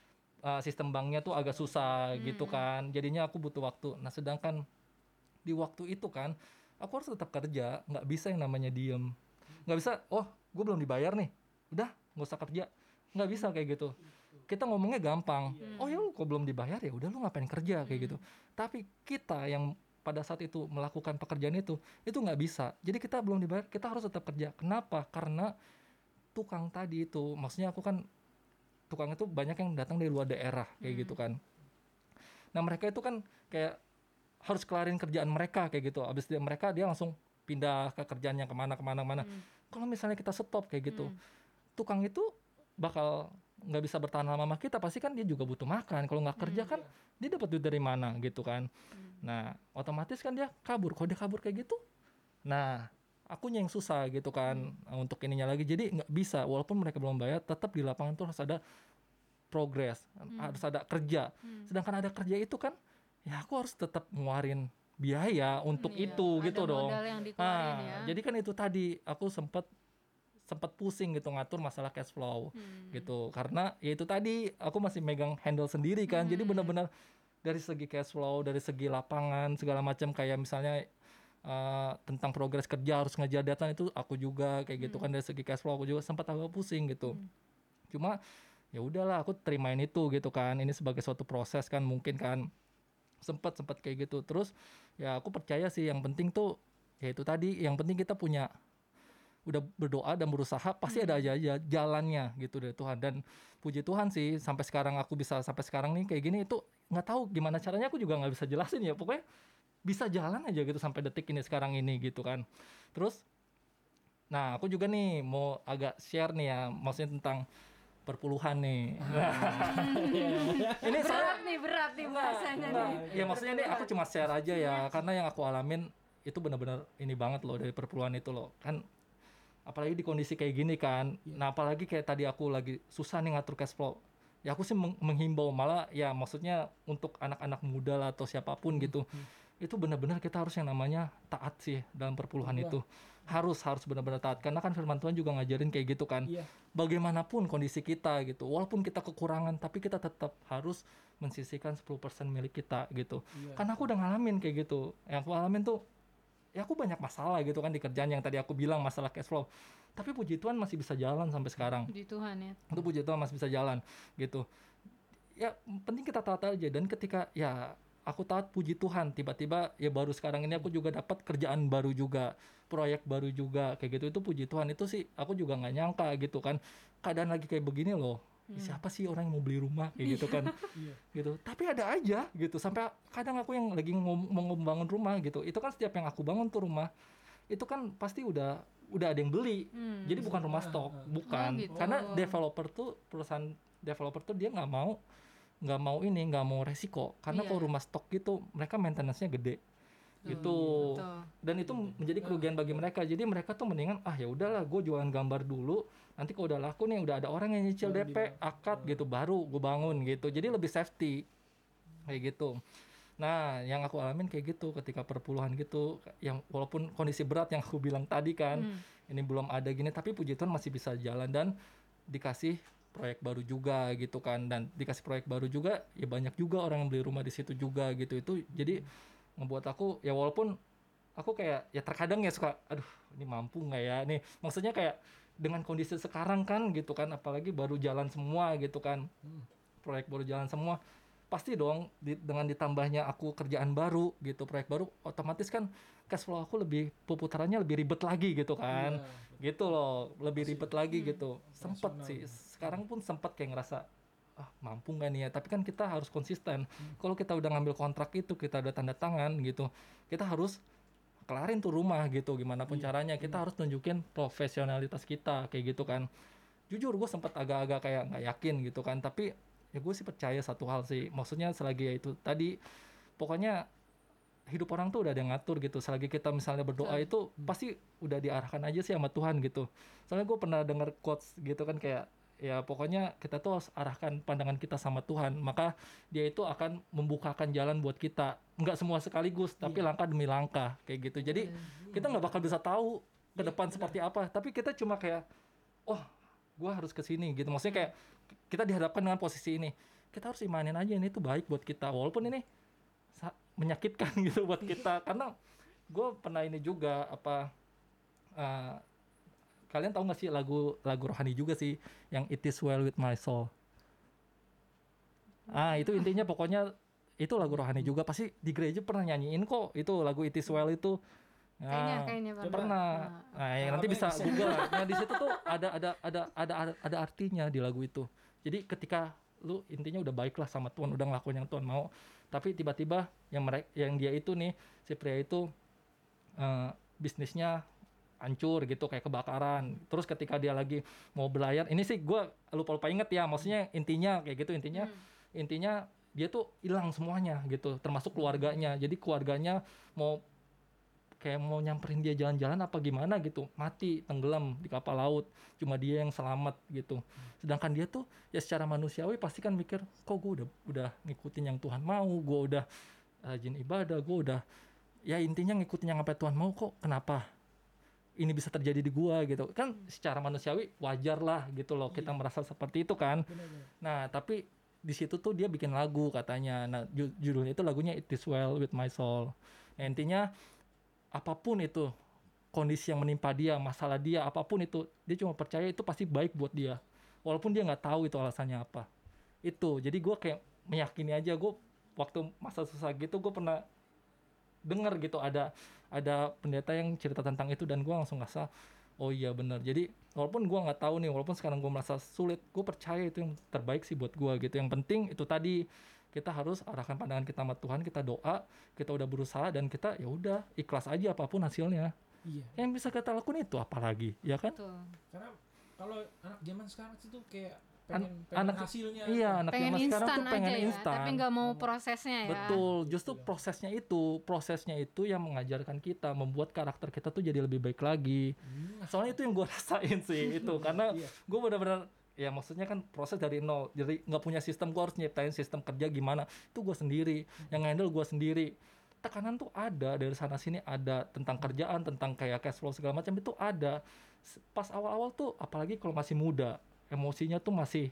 sistem banknya tuh agak susah gitu kan, jadinya aku butuh waktu. Nah sedangkan di waktu itu kan aku harus tetap kerja, nggak bisa yang namanya diem, nggak bisa oh gue belum dibayar nih udah nggak usah kerja, nggak bisa kayak gitu. Kita ngomongnya gampang, oh ya lu kok belum dibayar ya udah lu ngapain kerja kayak gitu. Tapi kita yang pada saat itu melakukan pekerjaan itu nggak bisa. Jadi kita belum dibayar, kita harus tetap kerja. Kenapa? Karena tukang tadi itu, maksudnya aku kan tukang itu banyak yang datang dari luar daerah kayak gitu kan. Nah mereka itu kan kayak harus kelarin kerjaan mereka kayak gitu. Abis dia langsung pindah ke kerjaannya kemana. Kalau misalnya kita stop kayak gitu, tukang itu bakal nggak bisa bertahan lama sama kita, pasti kan dia juga butuh makan. Kalau nggak kerja kan dia dapat duit dari mana gitu kan. Nah otomatis kan dia kabur. Kalau dia kabur kayak gitu, nah akunya yang susah gitu kan untuk ininya lagi. Jadi nggak bisa, walaupun mereka belum bayar, tetap di lapangan tuh harus ada progres, harus ada kerja. Sedangkan ada kerja itu kan ya aku harus tetap ngeluarin biaya untuk itu gitu ada dong. modal yang dikeluarin ya. Jadi kan itu tadi aku sempat pusing gitu ngatur masalah cash flow gitu, karena ya itu tadi aku masih megang handle sendiri kan. Jadi benar-benar dari segi cash flow, dari segi lapangan segala macam, kayak misalnya tentang progres kerja harus ngejar data itu aku juga kayak gitu kan. Dari segi cash flow aku juga sempat agak pusing gitu. Cuma ya udahlah aku terimain itu gitu kan, ini sebagai suatu proses kan, mungkin kan sempat kayak gitu. Terus ya aku percaya sih yang penting tuh ya itu tadi, yang penting kita punya udah berdoa dan berusaha, pasti ada aja jalannya gitu dari Tuhan. Dan puji Tuhan sih sampai sekarang aku bisa sampai sekarang nih kayak gini, itu nggak tahu gimana caranya, aku juga nggak bisa jelasin ya, pokoknya bisa jalan aja gitu sampai detik ini sekarang ini gitu kan. Terus nah aku juga nih mau agak share nih ya, maksudnya tentang perpuluhan nih. Ini berat nih bahasanya nih. ya maksudnya nih aku cuma share aja ya, karena yang aku alamin itu benar-benar ini banget loh dari perpuluhan itu loh kan. Apalagi di kondisi kayak gini kan. Nah apalagi kayak tadi aku lagi susah nih ngatur cash flow. Ya aku sih menghimbau, malah ya maksudnya untuk anak-anak muda lah atau siapapun gitu. Itu benar-benar kita harus yang namanya taat sih dalam perpuluhan itu. Harus benar-benar taat, karena kan firman Tuhan juga ngajarin kayak gitu kan. Bagaimanapun kondisi kita gitu, walaupun kita kekurangan, tapi kita tetap harus mensisihkan 10% milik kita gitu. Karena aku udah ngalamin kayak gitu. Yang aku alamin tuh ya aku banyak masalah gitu kan di kerjaan, yang tadi aku bilang masalah cash flow, tapi puji Tuhan masih bisa jalan sampai sekarang. Puji Tuhan ya. Itu puji Tuhan masih bisa jalan gitu. Ya penting kita taat aja. Dan ketika ya aku taat, puji Tuhan, tiba-tiba ya baru sekarang ini aku juga dapat kerjaan baru juga, proyek baru juga kayak gitu. Itu puji Tuhan. Itu sih aku juga nggak nyangka gitu kan, keadaan lagi kayak begini loh. Siapa sih orang yang mau beli rumah kayak gitu kan. Gitu, tapi ada aja gitu. Sampai kadang aku yang lagi mau membangun rumah gitu, itu kan setiap yang aku bangun tuh rumah itu kan pasti udah ada yang beli. Jadi bukan rumah stok, bukan. gitu. Karena perusahaan developer tuh dia nggak mau resiko, karena Iya. kalau rumah stok gitu mereka maintenance-nya gede gitu. Betul. Dan itu menjadi kerugian bagi mereka. Jadi mereka tuh mendingan ya udahlah, gue jualan gambar dulu, nanti kalau udah laku nih, udah ada orang yang nyicil DP akad gitu, baru gue bangun gitu. Jadi lebih safety kayak gitu. Nah, yang aku alamin kayak gitu ketika perpuluhan gitu, yang walaupun kondisi berat yang aku bilang tadi kan, ini belum ada gini, tapi puji Tuhan masih bisa jalan dan dikasih proyek baru juga gitu kan. Dan dikasih proyek baru juga, ya banyak juga orang yang beli rumah di situ juga gitu. Itu jadi ngebuat aku, ya walaupun aku kayak ya terkadang ya suka, aduh ini mampu nggak ya nih, maksudnya kayak dengan kondisi sekarang kan gitu kan, apalagi baru jalan semua gitu kan, proyek baru jalan semua, pasti dong dengan ditambahnya aku kerjaan baru gitu, proyek baru, otomatis kan cash flow aku pemutarannya lebih ribet lagi gitu kan. Gitu loh, lebih ribet lagi gitu. Sempet sih, sekarang pun sempet kayak ngerasa mampu nggak nih ya, tapi kan kita harus konsisten. Kalau kita udah ngambil kontrak itu, kita udah tanda tangan gitu, kita harus kelarin tuh rumah gitu, gimana pun caranya kita harus tunjukin profesionalitas kita kayak gitu kan. Jujur gue sempet agak-agak kayak nggak yakin gitu kan, tapi ya gue sih percaya satu hal sih, maksudnya selagi ya itu tadi, pokoknya hidup orang tuh udah ada yang ngatur gitu. Selagi kita misalnya berdoa itu pasti udah diarahkan aja sih sama Tuhan gitu. Soalnya gue pernah denger quotes gitu kan, kayak ya pokoknya kita tuh harus arahkan pandangan kita sama Tuhan, maka dia itu akan membukakan jalan buat kita. Nggak semua sekaligus, tapi langkah demi langkah kayak gitu. Jadi kita nggak bakal bisa tahu ke depan seperti apa, tapi kita cuma kayak gue harus ke sini gitu. Maksudnya kayak kita dihadapkan dengan posisi ini, kita harus imanin aja ini tuh baik buat kita, walaupun ini menyakitkan gitu buat kita. Karena gue pernah ini juga kalian tahu nggak sih lagu rohani juga sih yang It Is Well With My Soul. Itu intinya pokoknya itu lagu rohani juga, pasti di gereja pernah nyanyiin kok itu lagu It Is Well itu. Kayaknya pernah. Nah, yang nanti bisa Google lah. Nah, di situ tuh ada artinya di lagu itu. Jadi ketika lu intinya udah baik lah sama Tuhan, udah ngelakuin yang Tuhan mau, tapi tiba-tiba yang dia itu nih, si pria itu bisnisnya hancur gitu, kayak kebakaran. Terus ketika dia lagi mau berlayar, ini sih gue lupa inget ya, maksudnya intinya kayak gitu, intinya dia tuh hilang semuanya gitu, termasuk keluarganya. Jadi keluarganya mau nyamperin dia jalan-jalan apa gimana gitu, mati tenggelam di kapal laut, cuma dia yang selamat gitu. Sedangkan dia tuh ya secara manusiawi pasti kan mikir, kok gue udah ngikutin yang Tuhan mau, gue udah rajin ibadah, gue udah ya intinya ngikutin yang apa Tuhan mau, kok kenapa ini bisa terjadi di gua gitu kan. Secara manusiawi wajar lah gitu loh, kita merasa seperti itu kan. Nah tapi di situ tuh dia bikin lagu katanya, nah judulnya itu lagunya It Is Well With My Soul. Nah, intinya apapun itu kondisi yang menimpa dia, masalah dia, apapun itu, dia cuma percaya itu pasti baik buat dia, walaupun dia nggak tahu itu alasannya apa. Itu jadi gue kayak meyakini aja. Gue waktu masa susah gitu, gue pernah dengar gitu ada pendeta yang cerita tentang itu, dan gue langsung ngerasa oh iya benar. Jadi walaupun gue nggak tahu nih, walaupun sekarang gue merasa sulit, gue percaya itu yang terbaik sih buat gue gitu. Yang penting itu tadi, kita harus arahkan pandangan kita sama Tuhan, kita doa, kita udah berusaha, dan kita ya udah ikhlas aja apapun hasilnya. Yang bisa kita lakukan itu apalagi, ya kan? Betul. Karena kalau anak zaman sekarang itu kayak pengen anak hasilnya. Iya, anak Pengen zaman sekarang tuh pengen aja instan. ya, tapi nggak mau prosesnya ya. Betul, justru prosesnya itu yang mengajarkan kita, membuat karakter kita tuh jadi lebih baik lagi. Soalnya itu yang gue rasain sih itu, karena gue benar-benar ya maksudnya kan proses dari nol, jadi nggak punya sistem. Gue harus nyiptain sistem kerja gimana, itu gue sendiri yang handle, gue sendiri. Tekanan tuh ada dari sana sini, ada tentang kerjaan, tentang kayak cash flow segala macam, itu ada pas awal-awal tuh, apalagi kalau masih muda, emosinya tuh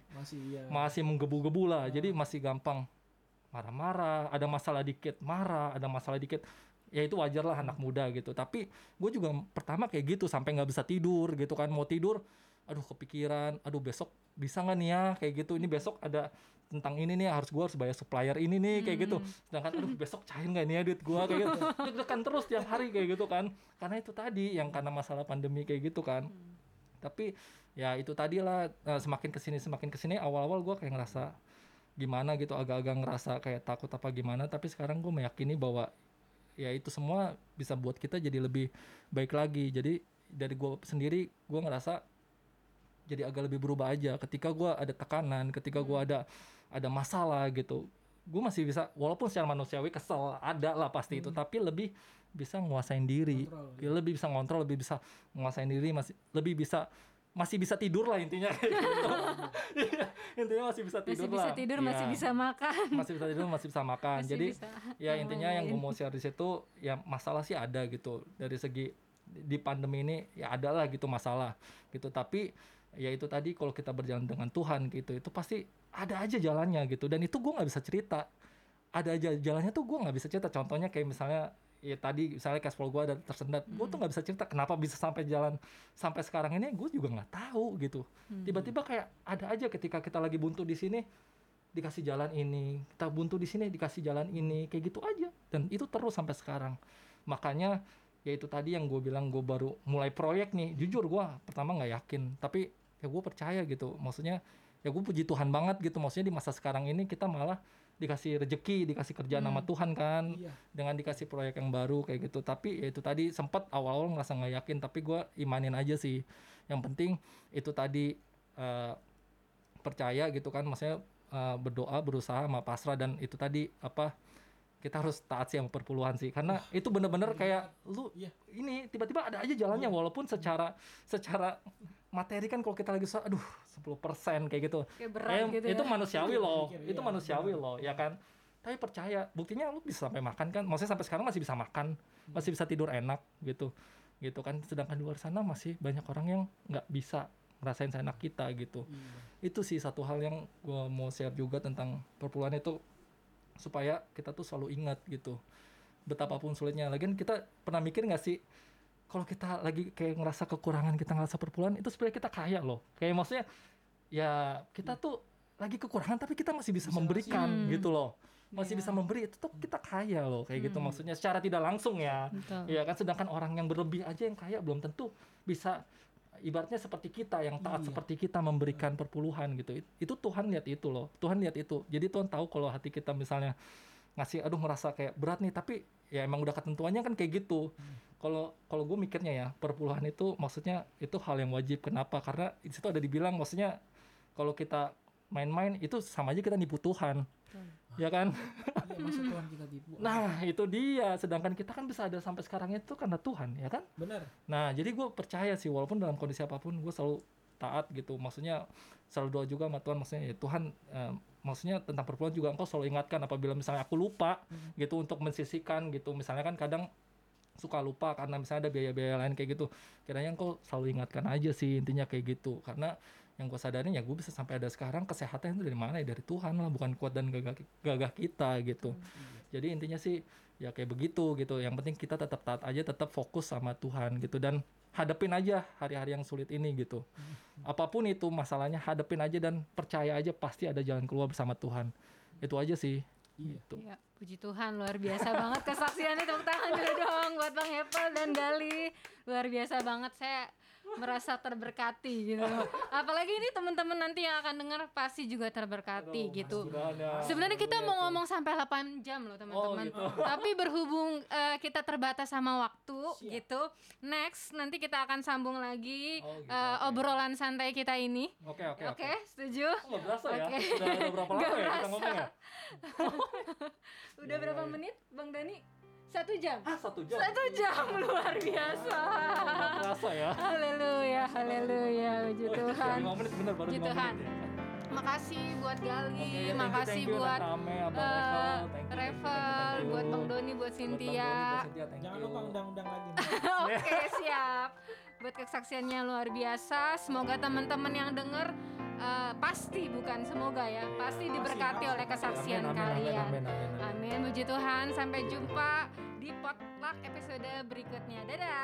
masih menggebu-gebu lah. Jadi masih gampang marah-marah, ada masalah dikit marah, ada masalah dikit, ya itu wajar lah anak muda gitu. Tapi gue juga pertama kayak gitu, sampai nggak bisa tidur gitu kan, mau tidur aduh kepikiran, aduh besok bisa nggak nih ya kayak gitu, ini besok ada tentang ini nih, harus bayar supplier ini nih kayak gitu. Sedangkan aduh besok cair nggak nih ya duit gue kayak gitu. Deg-degan terus tiap hari kayak gitu kan. Karena itu tadi yang karena masalah pandemi kayak gitu kan. Tapi ya itu tadi lah, semakin kesini awal-awal gue kayak ngerasa gimana gitu, agak-agak ngerasa kayak takut apa gimana. Tapi sekarang gue meyakini bahwa ya itu semua bisa buat kita jadi lebih baik lagi. Jadi dari gue sendiri gue ngerasa jadi agak lebih berubah aja. Ketika gue ada tekanan, ketika gue ada masalah gitu, gue masih bisa, walaupun secara manusiawi kesel ada lah pasti itu, tapi lebih bisa nguasain diri, ya, lebih bisa ngontrol, lebih bisa nguasain diri, masih bisa tidur lah intinya gitu. Intinya masih bisa tidur, masih bisa makan. Masih bisa tidur, masih bisa makan. Masih Jadi bisa ya intinya yang gue mau share di situ ya, masalah sih ada gitu. Dari segi di pandemi ini ya ada lah gitu masalah gitu, tapi ya itu tadi kalau kita berjalan dengan Tuhan gitu, itu pasti ada aja jalannya gitu. Dan itu gue nggak bisa cerita, ada aja jalannya tuh gue nggak bisa cerita. Contohnya kayak misalnya ya tadi misalnya cash flow gue ada tersendat, gue tuh nggak bisa cerita kenapa bisa sampai jalan sampai sekarang ini, gue juga nggak tahu gitu. Tiba-tiba kayak ada aja ketika kita lagi buntu di sini dikasih jalan ini, kita buntu di sini dikasih jalan ini, kayak gitu aja. Dan itu terus sampai sekarang. Makanya ya itu tadi yang gue bilang, gue baru mulai proyek nih, jujur gue pertama nggak yakin, tapi ya gue percaya gitu. Maksudnya ya gue puji Tuhan banget gitu, maksudnya di masa sekarang ini kita malah dikasih rezeki, dikasih kerjaan sama Tuhan kan, dengan dikasih proyek yang baru kayak gitu. Tapi ya itu tadi sempat awal-awal ngerasa nggak yakin, tapi gue imanin aja sih. Yang penting itu tadi percaya gitu kan, maksudnya berdoa, berusaha sama pasrah. Dan itu tadi kita harus taat sih sama perpuluhan sih, karena itu bener-bener kayak lu ini tiba-tiba ada aja jalannya, walaupun secara materi kan kalau kita lagi 10% kayak gitu, kayak berat gitu itu ya. manusiawi loh, itu manusiawi loh ya kan. Tapi percaya, buktinya lu bisa sampai makan kan, maksudnya sampai sekarang masih bisa makan, masih bisa tidur enak gitu kan. Sedangkan di luar sana masih banyak orang yang nggak bisa ngerasain seenak kita gitu. Itu sih satu hal yang gua mau share juga tentang perpuluhan itu, supaya kita tuh selalu ingat gitu, betapapun sulitnya. Lagian kita pernah mikir nggak sih, kalau kita lagi kayak ngerasa kekurangan, kita ngerasa perpuluhan, itu sebenarnya kita kaya loh. Kayak maksudnya ya kita tuh lagi kekurangan tapi kita masih bisa memberikan gitu loh, masih bisa memberi, itu tuh kita kaya loh kayak gitu. Maksudnya secara tidak langsung ya. Ya kan, sedangkan orang yang berlebih aja yang kaya belum tentu bisa, ibaratnya seperti kita yang taat seperti kita memberikan perpuluhan gitu. Itu Tuhan lihat itu loh, Tuhan lihat itu. Jadi Tuhan tahu kalau hati kita misalnya ngasih ngerasa kayak berat nih, tapi ya emang udah ketentuannya kan kayak gitu. Kalau gue mikirnya ya, perpuluhan itu maksudnya itu hal yang wajib. Kenapa? Karena di situ ada dibilang, maksudnya kalau kita main-main itu sama aja kita nipu Tuhan. Ya kan? Iya, masa Tuhan kita tipu. Nah itu dia, sedangkan kita kan bisa ada sampai sekarang itu karena Tuhan, ya kan? Benar. Nah jadi gue percaya sih, walaupun dalam kondisi apapun gue selalu taat gitu. Maksudnya selalu doa juga sama Tuhan, maksudnya ya Tuhan, maksudnya tentang perpuluhan juga engkau selalu ingatkan apabila misalnya aku lupa gitu untuk mensisihkan gitu. Misalnya kan kadang suka lupa karena misalnya ada biaya-biaya lain kayak gitu, kiranya engkau selalu ingatkan aja sih, intinya kayak gitu. Karena yang gue sadarin ya, gue bisa sampai ada sekarang, kesehatan itu dari mana ya, dari Tuhan lah, bukan kuat dan gagah kita gitu. Jadi intinya sih ya kayak begitu gitu. Yang penting kita tetap taat aja, tetap fokus sama Tuhan gitu, dan hadapin aja hari-hari yang sulit ini gitu. Apapun itu masalahnya, hadapin aja dan percaya aja pasti ada jalan keluar bersama Tuhan. Itu aja sih. Gitu. Ya, puji Tuhan, luar biasa banget kesaksiannya. Tepuk tangan dulu dong buat Bang Heppel dan Gali. Luar biasa banget, saya merasa terberkati gitu. Apalagi ini teman-teman nanti yang akan dengar pasti juga terberkati gitu. Sebenarnya kita mau ngomong sampai 8 jam loh teman-teman. Gitu. Tapi berhubung kita terbatas sama waktu gitu. Next nanti kita akan sambung lagi obrolan santai kita ini. Oke, setuju? Nggak berasa ya? Oke. Udah berapa lama ya kita ngomong ya? Udah berapa menit Bang Dani? 1 jam? 1 jam? 1 jam, luar biasa. Nggak terasa ya? Haleluya, haleluya, puji Tuhan. 5 menit bener, baru Puji 5 Tuhan. menit ya. Makasih buat Gali, Oke, makasih thank you, buat Rame, Abang Revel, thank you, Revel, thank you. buat Bang Doni, buat Cynthia. Jangan lupa undang-undang lagi. Oke, siap. Buat kesaksiannya luar biasa. Semoga teman-teman yang denger pasti, bukan semoga ya, pasti diberkati oleh kesaksian kalian. Amin. Amin, puji Tuhan. Sampai jumpa di potluck episode berikutnya. Dadah.